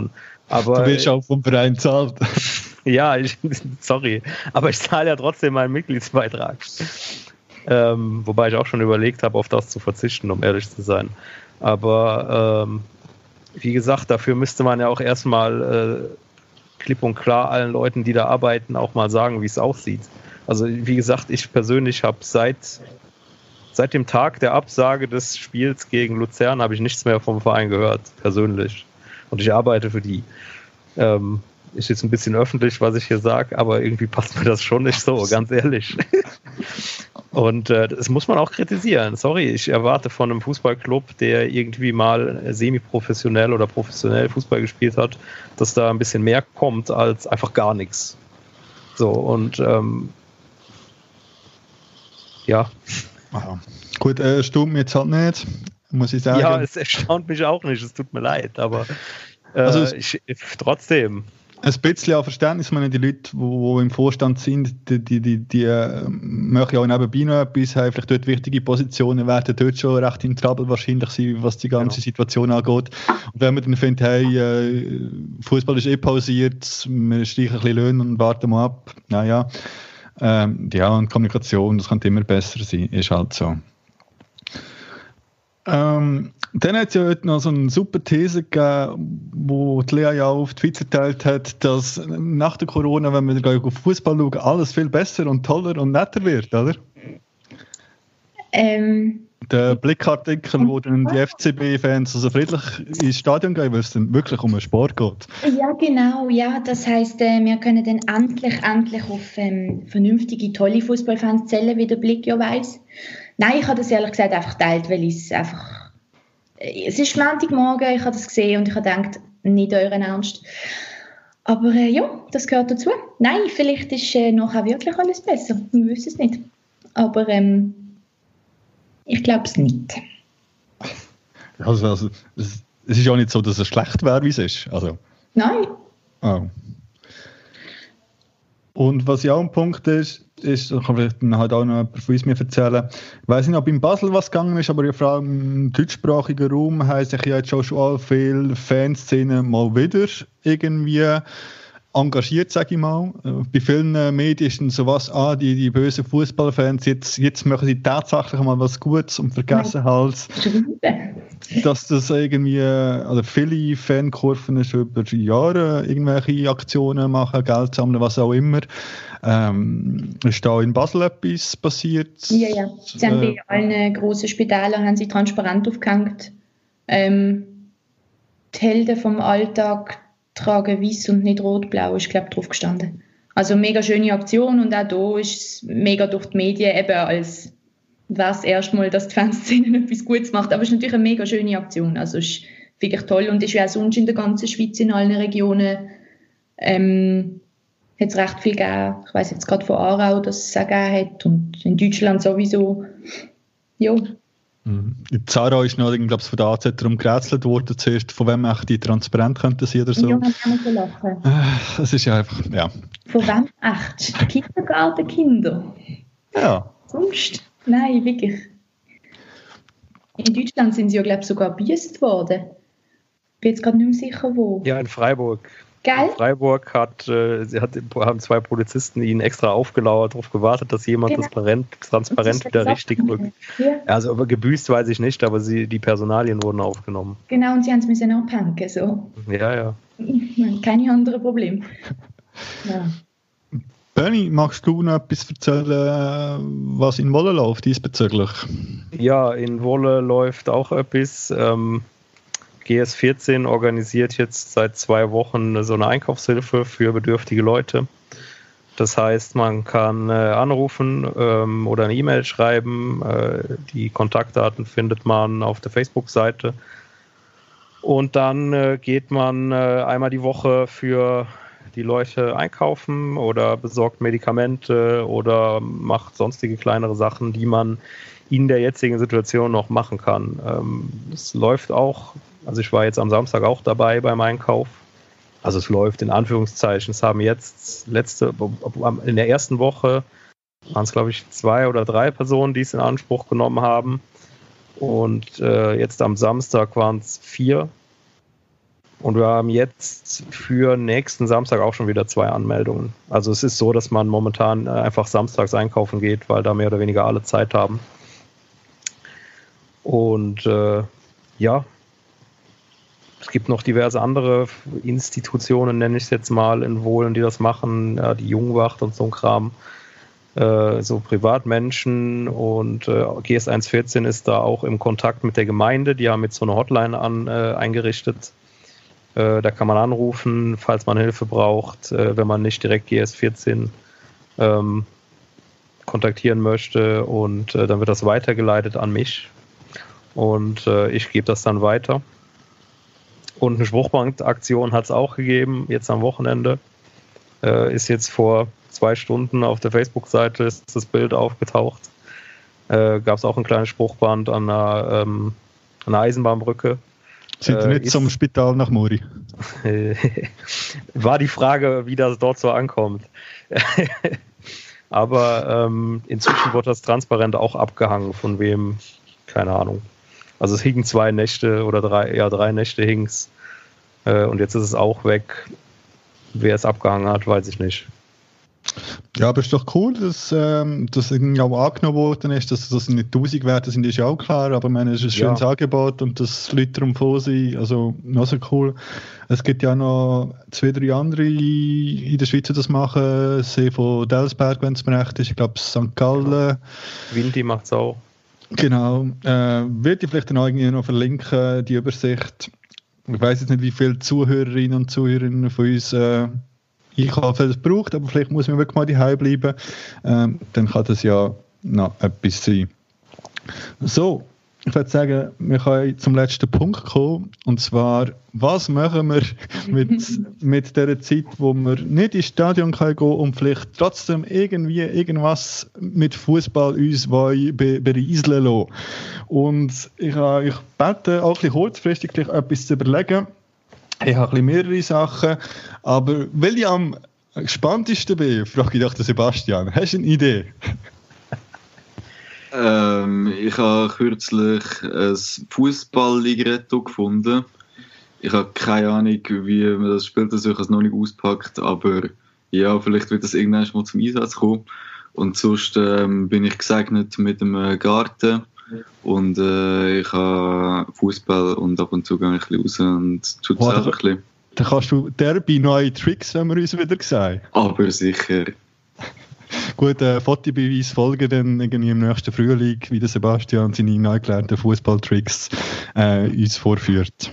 Aber, du wirst auch vom Verein zahlt. Ja, sorry, aber ich zahle ja trotzdem meinen Mitgliedsbeitrag. Wobei ich auch schon überlegt habe, auf das zu verzichten, um ehrlich zu sein. Aber wie gesagt, dafür müsste man ja auch erstmal klipp und klar allen Leuten, die da arbeiten, auch mal sagen, wie es aussieht. Also wie gesagt, ich persönlich habe seit dem Tag der Absage des Spiels gegen Luzern habe ich nichts mehr vom Verein gehört, persönlich. Und ich arbeite für die. Ist jetzt ein bisschen öffentlich, was ich hier sage, aber irgendwie passt mir das schon nicht so, ganz ehrlich. Und das muss man auch kritisieren. Sorry, ich erwarte von einem Fußballclub, der irgendwie mal semi-professionell oder professionell Fußball gespielt hat, dass da ein bisschen mehr kommt als einfach gar nichts. So, und ja. Aha. Gut, erstaunt mich jetzt halt nicht, muss ich sagen. Ja, es erstaunt mich auch nicht, es tut mir leid, aber trotzdem. Ein bisschen an Verständnis, ich meine, die Leute, die im Vorstand sind, die machen ja auch nebenbei noch etwas, haben vielleicht dort wichtige Positionen, werden dort schon recht in Trouble wahrscheinlich sein, was die ganze Situation angeht. Und wenn man dann findet, hey, Fußball ist pausiert, wir streichen ein bisschen Löhne und warten mal ab, naja. Und Kommunikation, das könnte immer besser sein, ist halt so. Dann hat es ja heute noch so eine super These gegeben, wo die Lea ja auf Twitter geteilt hat, dass nach der Corona, wenn wir auf Fußball schauen, alles viel besser und toller und netter wird, oder? Der Blickartikel, wo dann die FCB-Fans also friedlich ins Stadion gehen, weil es dann wirklich um den Sport geht. Ja, genau. Ja, das heisst, wir können dann endlich auf vernünftige, tolle Fußballfans zählen, wie der Blick ja weiss. Nein, ich habe das ehrlich gesagt einfach geteilt, weil ich es einfach... Es ist Montagmorgen, ich habe das gesehen und ich habe gedacht, nicht euren Ernst. Aber ja, das gehört dazu. Nein, vielleicht ist nachher wirklich alles besser. Wir wissen es nicht. Aber ich glaube es nicht. Also, es ist ja nicht so, dass es schlecht wäre, wie es ist. Also. Nein. Oh. Und was ja auch ein Punkt ist, da kann vielleicht dann halt auch noch jemand von uns mir erzählen. Ich weiss nicht, ob in Basel was gegangen ist, aber vor allem im deutschsprachigen Raum haben sich ja jetzt schon viele Fanszenen mal wieder irgendwie engagiert, sage ich mal. Bei vielen Medien ist dann sowas, die bösen Fußballfans, jetzt machen sie tatsächlich mal was Gutes und vergessen halt, dass das irgendwie, also viele Fankurven schon über Jahre irgendwelche Aktionen machen, Geld sammeln, was auch immer. Ist da in Basel etwas passiert? Ja. Sie haben bei allen grossen Spitälern haben sie transparent aufgehängt. Die Helden vom Alltag tragen weiß und nicht rot-blau, ist glaube ich drauf gestanden. Also mega schöne Aktion und auch da ist es mega durch die Medien eben als wäre es erstmal, dass die Fanszene etwas Gutes macht. Aber es ist natürlich eine mega schöne Aktion. Also es ist wirklich toll und ist ja auch sonst in der ganzen Schweiz in allen Regionen hat es recht viel gegeben. Ich weiss jetzt gerade von Aarau, dass es auch gegeben hat und in Deutschland sowieso. Ja. In Zara ist noch, glaube ich, von der AZ darum gerätselt worden, zuerst, von wem echt die transparent könnten sein oder so. Ja, man kann so lachen. Das ist ja einfach, ja. Von wem echt? Kindergartenkinder? Ja. Sonst? Nein, wirklich. In Deutschland sind sie ja, glaube ich, sogar gebüßt worden. Ich bin jetzt gerade nicht mehr sicher, wo. Ja, in Freiburg. Geil. In Freiburg haben 2 Polizisten ihnen extra aufgelauert, darauf gewartet, dass jemand das transparent wieder richtig rückt. Ja. Also aber gebüßt weiß ich nicht, aber die Personalien wurden aufgenommen. Genau, und sie haben es müssen abhängen. So. Ja. Keine anderen Probleme. Ja. Bernie, magst du noch etwas erzählen, was in Wolle läuft diesbezüglich? Ja, in Wolle läuft auch etwas. GS14 organisiert jetzt seit 2 Wochen so eine Einkaufshilfe für bedürftige Leute. Das heißt, man kann anrufen oder eine E-Mail schreiben. Die Kontaktdaten findet man auf der Facebook-Seite. Und dann geht man einmal die Woche für die Leute einkaufen oder besorgt Medikamente oder macht sonstige kleinere Sachen, die man in der jetzigen Situation noch machen kann. Es läuft auch, also ich war jetzt am Samstag auch dabei beim Einkauf. Also es läuft in Anführungszeichen. Es haben jetzt in der ersten Woche waren es, glaube ich, 2 oder 3 Personen, die es in Anspruch genommen haben. Und jetzt am Samstag waren es 4. Und wir haben jetzt für nächsten Samstag auch schon wieder 2 Anmeldungen. Also es ist so, dass man momentan einfach samstags einkaufen geht, weil da mehr oder weniger alle Zeit haben. Und ja, es gibt noch diverse andere Institutionen, nenne ich es jetzt mal, in Wohlen, die das machen, ja, die Jungwacht und so ein Kram. So Privatmenschen und GS 114 ist da auch im Kontakt mit der Gemeinde. Die haben jetzt so eine Hotline eingerichtet. Da kann man anrufen, falls man Hilfe braucht, wenn man nicht direkt GS 14 kontaktieren möchte, und dann wird das weitergeleitet an mich und ich gebe das dann weiter. Und eine Spruchbandaktion hat es auch gegeben, jetzt am Wochenende. Ist jetzt vor 2 Stunden auf der Facebook-Seite ist das Bild aufgetaucht. Gab es auch ein kleines Spruchband an einer Eisenbahnbrücke. Sind Sie nicht zum Spital nach Muri? War die Frage, wie das dort so ankommt. Aber inzwischen wird das transparent auch abgehangen, von wem, keine Ahnung. Also es hingen 2 Nächte oder 3 Nächte hing's. Und jetzt ist es auch weg. Wer es abgehangen hat, weiß ich nicht. Ja, aber es ist doch cool, dass das irgendwie auch angenommen worden ist, dass das nicht 1000 Werte sind, ist ja auch klar, aber ich meine, es ist ein schönes Angebot und dass Leute darum froh sind, also noch so cool. Es gibt ja noch 2, 3 andere in der Schweiz, die das machen, See von Delsberg, wenn es mir recht ist, ich glaube St. Gallen. Windy macht es auch. Genau, würde ich vielleicht dann auch irgendwie noch verlinken, die Übersicht. Ich weiss jetzt nicht, wie viele Zuhörerinnen und Zuhörer von uns Einkaufsfeld braucht, aber vielleicht muss man wirklich mal daheim bleiben. Dann kann das ja noch etwas sein. So, ich würde sagen, wir können zum letzten Punkt kommen. Und zwar, was machen wir mit der Zeit, wo wir nicht ins Stadion gehen können und vielleicht trotzdem irgendwas mit Fußball uns berieseln lassen. Und ich habe euch gebeten, auch ein bisschen kurzfristig etwas zu überlegen. Ich habe ein bisschen mehrere Sachen, aber weil ich am gespanntesten bin, frage ich doch den Sebastian. Hast du eine Idee? Ich habe kürzlich ein Fußball-Ligretto gefunden. Ich habe keine Ahnung, wie man das spielt, also ich habe es noch nicht ausgepackt, aber ja, vielleicht wird das irgendwann mal zum Einsatz kommen. Und sonst bin ich gesegnet mit dem Garten und ich habe Fußball und ab und zu gehe ich ein bisschen raus und tue es einfach ein bisschen. Dann kannst du derby neue Tricks, wenn wir uns wieder sehen. Aber sicher. Gut, Fotobeweis folgen dann irgendwie im nächsten Frühling, wie der Sebastian seine neu gelernten Fußballtricks uns vorführt.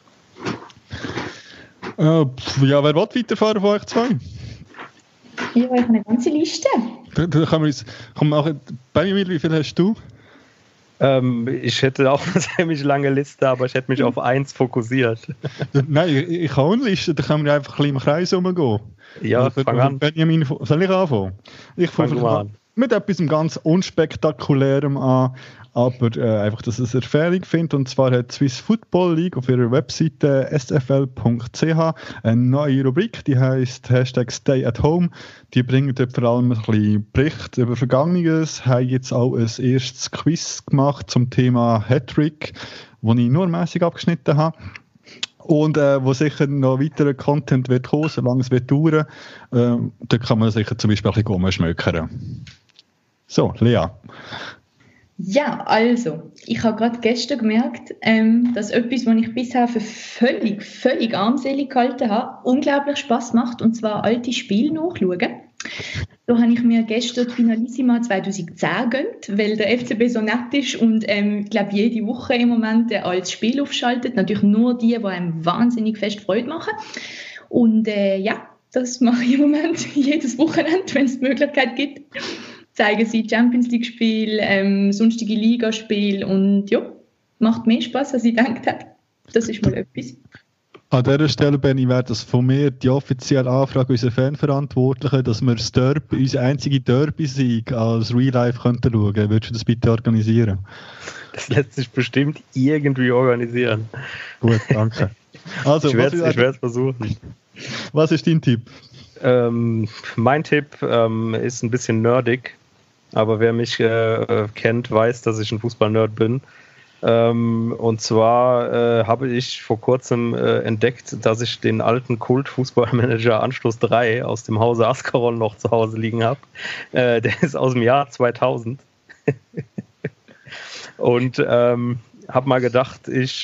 Ja, wer will weiterfahren von euch 2? Ja, ich habe eine ganze Liste. Da können wir uns, Benjamin, wie viel hast du? Ich hätte auch eine ziemlich lange Liste, aber ich hätte mich auf 1 fokussiert. Nein, ich habe eine Liste, da können wir einfach ein bisschen im Kreis rumgehen. Ja, fang an. Benjamin, soll ich anfangen? Ich fange an. Mit etwas ganz Unspektakulärem an, aber einfach, dass ich es erfährlich finde. Und zwar hat Swiss Football League auf ihrer Webseite sfl.ch eine neue Rubrik, die heisst #Stay at Home. Die bringen dort vor allem ein bisschen Berichte über Vergangenes, haben jetzt auch ein erstes Quiz gemacht zum Thema Hattrick, das ich nur mäßig abgeschnitten habe. Und wo sicher noch weiterer Content wird kommen, solange es wird dauern, da kann man sicher zum Beispiel ein bisschen rumschmökern. So, Lea. Ja, also, ich habe gerade gestern gemerkt, dass etwas, was ich bisher für völlig armselig gehalten habe, unglaublich Spass macht, und zwar alte Spiele nachschauen. Da habe ich mir gestern die Finalissima 2010 gegönnt, weil der FCB so nett ist und ich glaube, jede Woche im Moment ein altes Spiel aufschaltet. Natürlich nur die einem wahnsinnig fest Freude machen. Und ja, das mache ich im Moment jedes Wochenende, wenn es die Möglichkeit gibt. Zeigen sie Champions League-Spiele, sonstige Ligaspiele und ja, macht mehr Spaß, als ich gedacht habe. Das ist mal etwas. An dieser Stelle, Benni, wäre das von mir die offizielle Anfrage unserer Fanverantwortlichen, dass wir das Derby, unsere einzige Derby-Sieg als Real Life schauen könnten. Würdest du das bitte organisieren? Das lässt sich bestimmt irgendwie organisieren. Gut, danke. Also, ich werde es versuchen. Was ist dein Tipp? Mein Tipp ist ein bisschen nerdig, aber wer mich kennt, weiß, dass ich ein Fußball-Nerd bin. Und zwar habe ich vor kurzem entdeckt, dass ich den alten Kult-Fußballmanager Anstoß 3 aus dem Hause Ascaron noch zu Hause liegen habe. Der ist aus dem Jahr 2000. Und habe mal gedacht, ich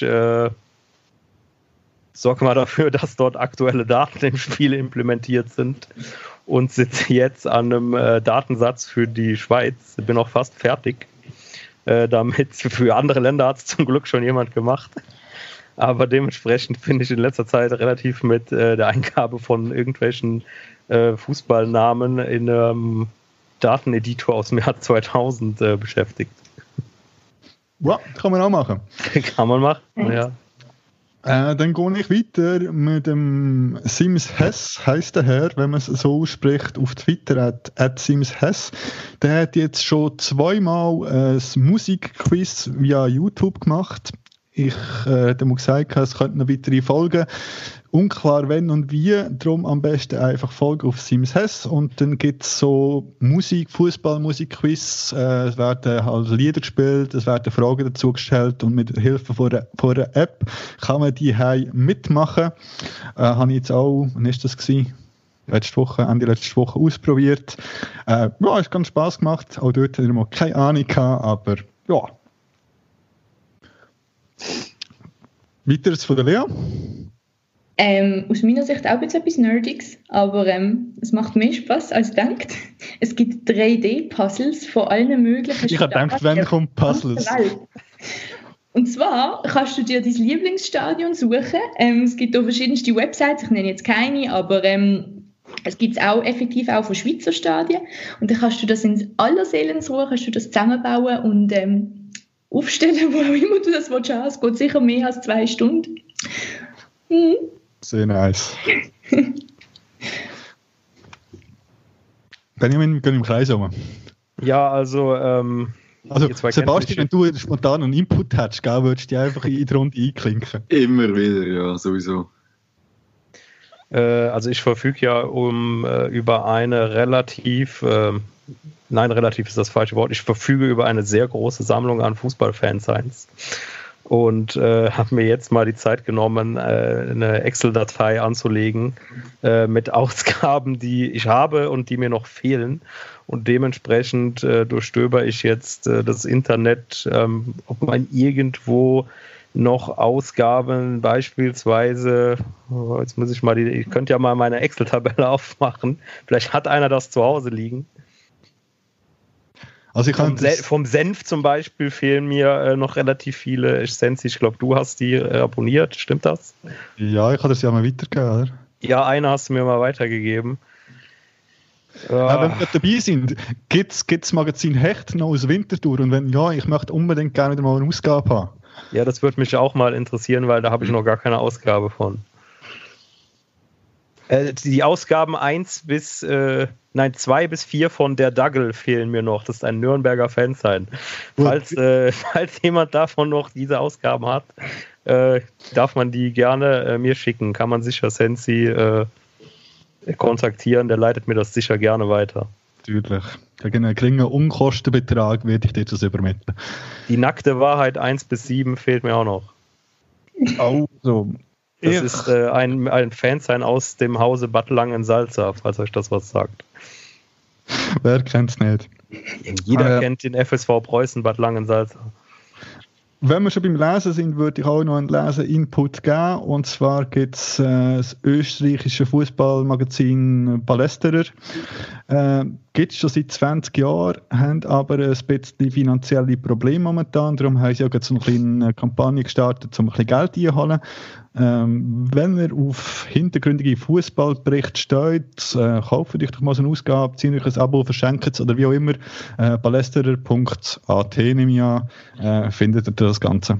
sorge mal dafür, dass dort aktuelle Daten im Spiel implementiert sind und sitze jetzt an einem Datensatz für die Schweiz. Bin auch fast fertig. Damit für andere Länder hat es zum Glück schon jemand gemacht. Aber dementsprechend bin ich in letzter Zeit relativ mit der Eingabe von irgendwelchen Fußballnamen in einem Dateneditor aus dem Jahr 2000 beschäftigt. Ja, kann man auch machen. Kann man machen, ja. Dann gehe ich weiter mit dem Sims Hess, heisst der Herr, wenn man es so ausspricht, auf Twitter @Sims Hess. Der hat jetzt schon zweimal ein Musikquiz via YouTube gemacht. Ich habe ihm gesagt, es könnten noch weitere Folgen. Unklar wenn und wie, darum am besten einfach folgen auf Sims Hess und dann gibt es so Fußball-Musik-Quiz, es werden halt Lieder gespielt, es werden Fragen dazu gestellt und mit Hilfe von einer App kann man die mitmachen. Habe ich jetzt auch, wann ist das gewesen? Ende letzte Woche ausprobiert. Ja, es hat ganz Spass gemacht, auch dort hatte ich mal keine Ahnung gehabt, aber ja. Weiteres von der Lea? Aus meiner Sicht auch jetzt etwas Nerdiges, aber es macht mehr Spaß als denkt. Es gibt 3D-Puzzles von allen möglichen Ich habe gedacht, wenn kommt Puzzles. Und zwar kannst du dir dein Lieblingsstadion suchen. Es gibt auch verschiedenste Websites, ich nenne jetzt keine, aber es gibt es auch effektiv auch von Schweizer Stadien. Und dann kannst du das in aller Seelenruhe, kannst du das zusammenbauen und aufstellen, wo auch immer du das willst. Es geht sicher mehr als 2 Stunden. Sehr nice. Benjamin, gehen im Kreis rum. Ja, also Sebastian, wenn du spontan einen Input hättest, würdest du dich einfach in die Runde einklinken? Immer wieder, ja, sowieso. Also ich verfüge ja über eine relativ ist das falsche Wort, ich verfüge über eine sehr große Sammlung an Fußball-Fansigns. Und habe mir jetzt mal die Zeit genommen, eine Excel-Datei anzulegen mit Ausgaben, die ich habe und die mir noch fehlen. Und dementsprechend durchstöber ich jetzt das Internet, ob man irgendwo noch Ausgaben beispielsweise, jetzt muss ich mal ich könnte ja mal meine Excel-Tabelle aufmachen. Vielleicht hat einer das zu Hause liegen. Also vom Senf zum Beispiel fehlen mir noch relativ viele Essenz. Ich glaube, du hast die abonniert. Stimmt das? Ja, ich habe das ja mal weitergegeben, oder? Ja, eine hast du mir mal weitergegeben. Wenn wir dabei sind, gibt es das Magazin Hecht noch aus Winterthur? Und wenn ja, ich möchte unbedingt gerne wieder mal eine Ausgabe haben. Ja, das würde mich auch mal interessieren, weil da habe ich noch gar keine Ausgabe von. Die Ausgaben 2 bis 4 von Der Dagel fehlen mir noch. Das ist ein Nürnberger Fansign. Falls jemand davon noch diese Ausgaben hat, darf man die gerne mir schicken. Kann man sicher Sensi kontaktieren, der leitet mir das sicher gerne weiter. Natürlich. Gegen einen geringen Unkostenbetrag werde ich dir das übermitteln. Die nackte Wahrheit 1 bis 7 fehlt mir auch noch. Also, das ist ein Fansign aus dem Hause Bad Langensalza, falls euch das was sagt. Wer kennt es nicht? Jeder kennt den FSV Preußen Bad Langensalza. Wenn wir schon beim Lesen sind, würde ich auch noch einen Lesen-Input geben. Und zwar gibt es das österreichische Fußballmagazin Ballesterer. Gibt es schon seit 20 Jahren, haben aber ein bisschen finanzielle Probleme momentan. Darum haben sie auch so eine kleine Kampagne gestartet, um ein bisschen Geld einzuholen. Wenn ihr auf hintergründige Fußballberichte steht, kauft euch doch mal so eine Ausgabe, zieht euch ein Abo, verschenkt es oder wie auch immer. Ballesterer.at nehme ich an, findet ihr das Ganze.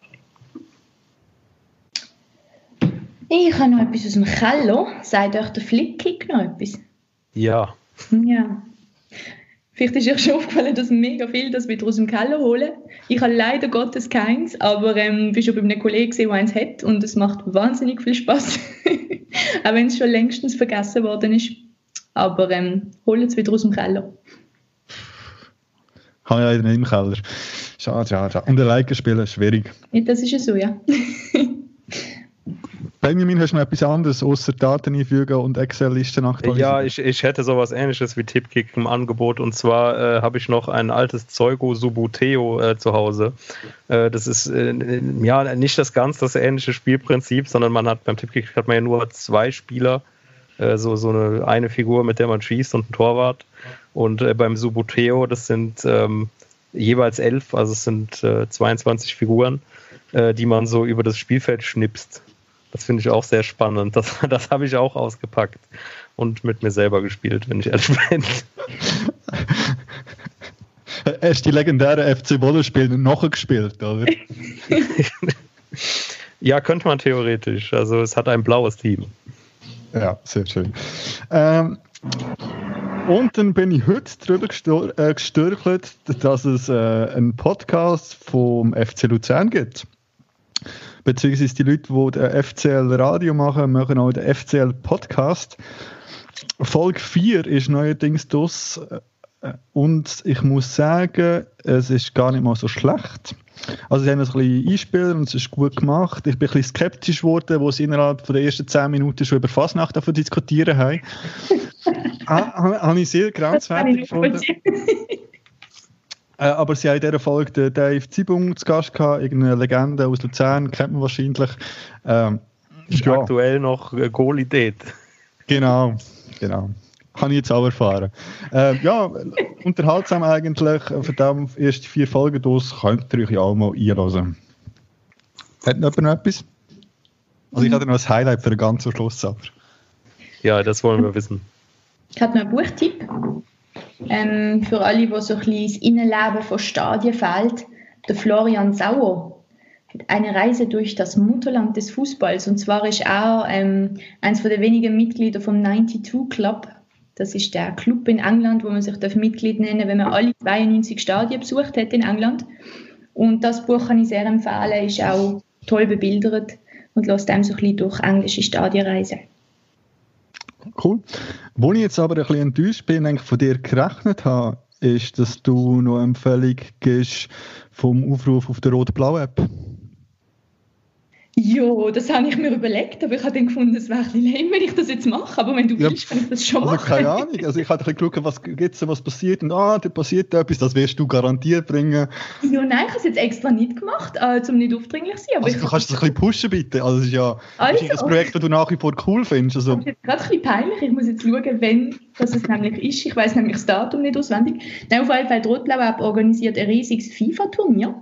Ich habe noch etwas aus dem Keller. Sagt euch der Flickkick noch etwas? Ja. Ja. Vielleicht ist euch schon aufgefallen, dass mega viel das wieder aus dem Keller holen. Ich habe leider Gottes keins, aber bin schon bei einem Kollegen gesehen, der eins hat und es macht wahnsinnig viel Spaß. Auch wenn es schon längstens vergessen worden ist. Aber holen es wieder aus dem Keller. Habe ich leider nicht im Keller. Schade. Und alleine spielen, schwierig. Ja, das ist ja so, ja. Benjamin, hast du noch etwas anderes, außer Daten einfügen und Excel-Listen aktualisieren? Ja, ich hätte sowas Ähnliches wie Tipkick im Angebot. Und zwar habe ich noch ein altes Zeugo Subuteo zu Hause. Das ist nicht das ähnliche Spielprinzip, sondern man hat beim Tipkick hat man ja nur 2 Spieler, so eine Figur, mit der man schießt und ein Torwart. Und beim Subuteo, das sind jeweils 11, also es sind 22 Figuren, die man so über das Spielfeld schnipst. Das finde ich auch sehr spannend. Das habe ich auch ausgepackt und mit mir selber gespielt, wenn ich ehrlich bin. Hast du die legendären FC Boden-Spiele noch gespielt, oder? Ja, könnte man theoretisch. Also es hat ein blaues Team. Ja, sehr schön. Und dann bin ich heute darüber gestürchelt, dass es einen Podcast vom FC Luzern gibt. Beziehungsweise die Leute, die den FCL Radio machen auch den FCL Podcast. Folge 4 ist neuerdings das. Und ich muss sagen, es ist gar nicht mal so schlecht. Also sie haben das ein bisschen eingespielt und es ist gut gemacht. Ich bin ein bisschen skeptisch geworden, wo sie innerhalb der ersten 10 Minuten schon über Fasnacht davon diskutieren haben. Habe ich sehr grenzwertig gefunden. Aber sie haben in dieser Folge den Dave Zibung zu Gast gehabt, irgendeine Legende aus Luzern, kennt man wahrscheinlich. Ist aktuell noch Goalität. Genau. Habe ich jetzt auch erfahren. Unterhaltsam eigentlich. Für die ersten 4 Folgen durch könnt ihr euch ja auch mal einhören. Hat noch jemand etwas? Also ich hatte noch ein Highlight für den ganzen Schluss. Aber. Ja, das wollen wir wissen. Ich habe noch einen Buchtipp. Für alle, die so ein bisschen das Innenleben von Stadien fehlt. Der Florian Sauer hat eine Reise durch das Mutterland des Fußballs. Und zwar ist er eines der wenigen Mitglieder vom 92 Club. Das ist der Club in England, wo man sich Mitglied nennen darf, wenn man alle 92 Stadien besucht hat in England. Und das Buch kann ich sehr empfehlen, ist auch toll bebildert und lässt einem so ein bisschen durch englische Stadien reisen. Cool. Wo ich jetzt aber ein bisschen enttäuscht bin, eigentlich von dir gerechnet habe, ist, dass du noch eine Empfehlung gibst vom Aufruf auf der Rot-Blau-App. Ja, das habe ich mir überlegt, aber ich habe dann gefunden, es wäre ein bisschen lame, wenn ich das jetzt mache, aber wenn du willst, kann ich das schon machen. Keine Ahnung, also ich habe ein bisschen geschaut, was passiert und da passiert etwas, das wirst du garantiert bringen. Ja, nein, ich habe es jetzt extra nicht gemacht, um nicht aufdringlich zu sein. Aber also du kannst es ein bisschen pushen, bitte, also es ist ja ein Projekt, das du nach wie vor cool findest. Also. Das ist jetzt gerade ein bisschen peinlich, ich muss jetzt schauen, wenn das es nämlich ist, ich weiss nämlich das Datum nicht auswendig. Nein, auf jeden Fall, die Rot-Blau-App organisiert ein riesiges FIFA-Turnier.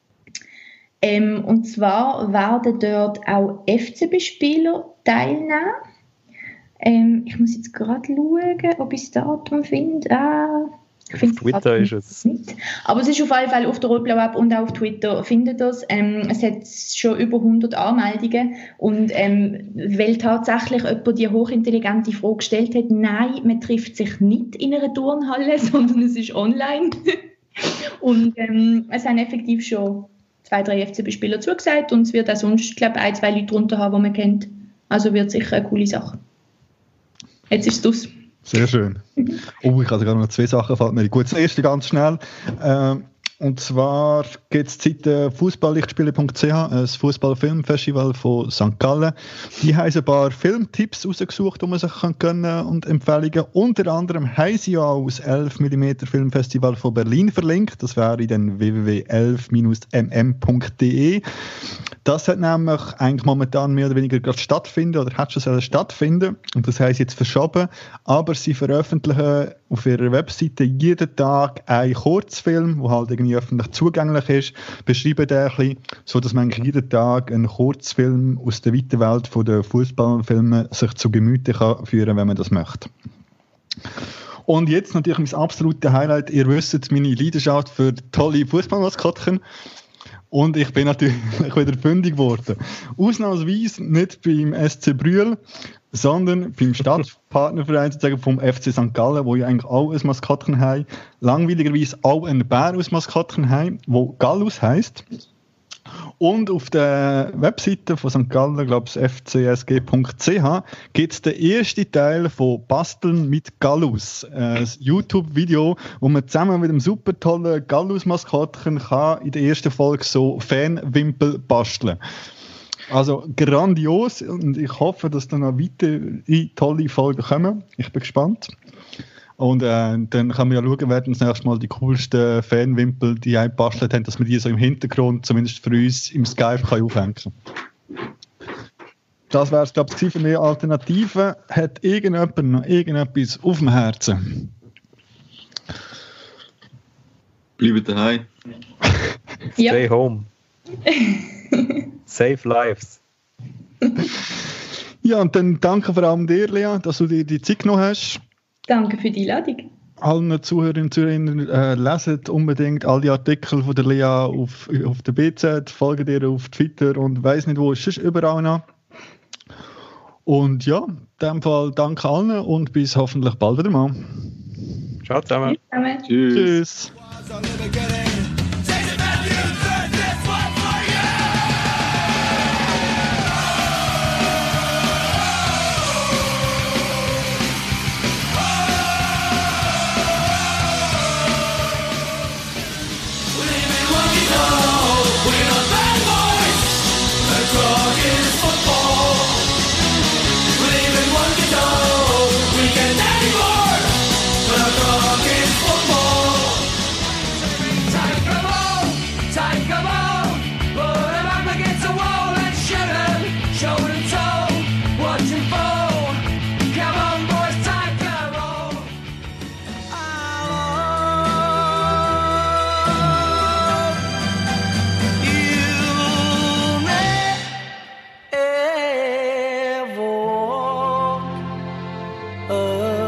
Und zwar werden dort auch FCB-Spieler teilnehmen. Ich muss jetzt gerade schauen, ob ich das Datum finde. Auf Twitter ist es. Nicht. Aber es ist auf jeden Fall auf der Rot-Blau-App und auch auf Twitter findet das. Es hat schon über 100 Anmeldungen. Und weil tatsächlich jemand die hochintelligente Frage gestellt hat, nein, man trifft sich nicht in einer Turnhalle, sondern es ist online. Und es haben effektiv schon 2-3 FCB-Spieler zugesagt und es wird auch sonst, glaube ich, 1-2 Leute drunter haben, die man kennt. Also wird sicher eine coole Sache. Jetzt ist es das. Sehr schön. Oh, ich habe gerade noch 2 Sachen, fällt mir gut. Das erste ganz schnell. Und zwar gibt es Zeit fußballlichtspiele.ch, ein Fußballfilmfestival von St. Gallen. Die haben ein paar Filmtipps rausgesucht, die man sich gönnen kann und Empfehlungen. Unter anderem haben sie ja auch das 11mm Filmfestival von Berlin verlinkt. Das wäre dann www.11-mm.de. Das hat nämlich eigentlich momentan mehr oder weniger gerade stattfinden oder hat schon stattfinden. Und das haben sie jetzt verschoben. Aber sie veröffentlichen auf ihrer Webseite jeden Tag einen Kurzfilm, der halt irgendwie öffentlich zugänglich ist, beschreiben den ein bisschen, sodass man eigentlich jeden Tag einen Kurzfilm aus der weiten Welt der Fußballfilme sich zu Gemüte kann führen, wenn man das möchte. Und jetzt natürlich mein absolutes Highlight. Ihr wisst, meine Leidenschaft für tolle Fußballmaskottchen. Und ich bin natürlich wieder fündig geworden. Ausnahmsweise nicht beim SC Brühl, sondern beim Stadtpartnerverein sozusagen vom FC St. Gallen, wo ja eigentlich auch ein Maskottchen haben. Langweiligerweise auch ein Bär aus Maskottchen haben, wo Gallus heisst. Und auf der Webseite von St. Gallen, glaube ich, fcsg.ch, gibt es den ersten Teil von Basteln mit Gallus. Ein YouTube-Video, wo man zusammen mit einem super tollen Gallus-Maskottchen kann in der ersten Folge so Fanwimpel basteln. Also grandios und ich hoffe, dass da noch weitere tolle Folgen kommen. Ich bin gespannt. Und dann kann man ja schauen, wer das nächste Mal die coolsten Fanwimpel, die eingebastelt haben, dass man die so im Hintergrund, zumindest für uns, im Skype kann aufhängen kann. Das wäre es, glaube ich, für mehr Alternativen. Hat irgendjemand noch irgendetwas auf dem Herzen? Bleibt daheim. Ja. Stay home. Save lives. Ja, und dann danke vor allem dir, Lea, dass du dir die Zeit genommen hast. Danke für die Einladung. Allen Zuhörerinnen und Zuhörern lesen unbedingt alle Artikel von der Lea auf der BZ, folgen ihr auf Twitter und weiss nicht wo, ist es überall noch. Und ja, in dem Fall danke allen und bis hoffentlich bald wieder mal. Ciao zusammen. Tschüss. ever walk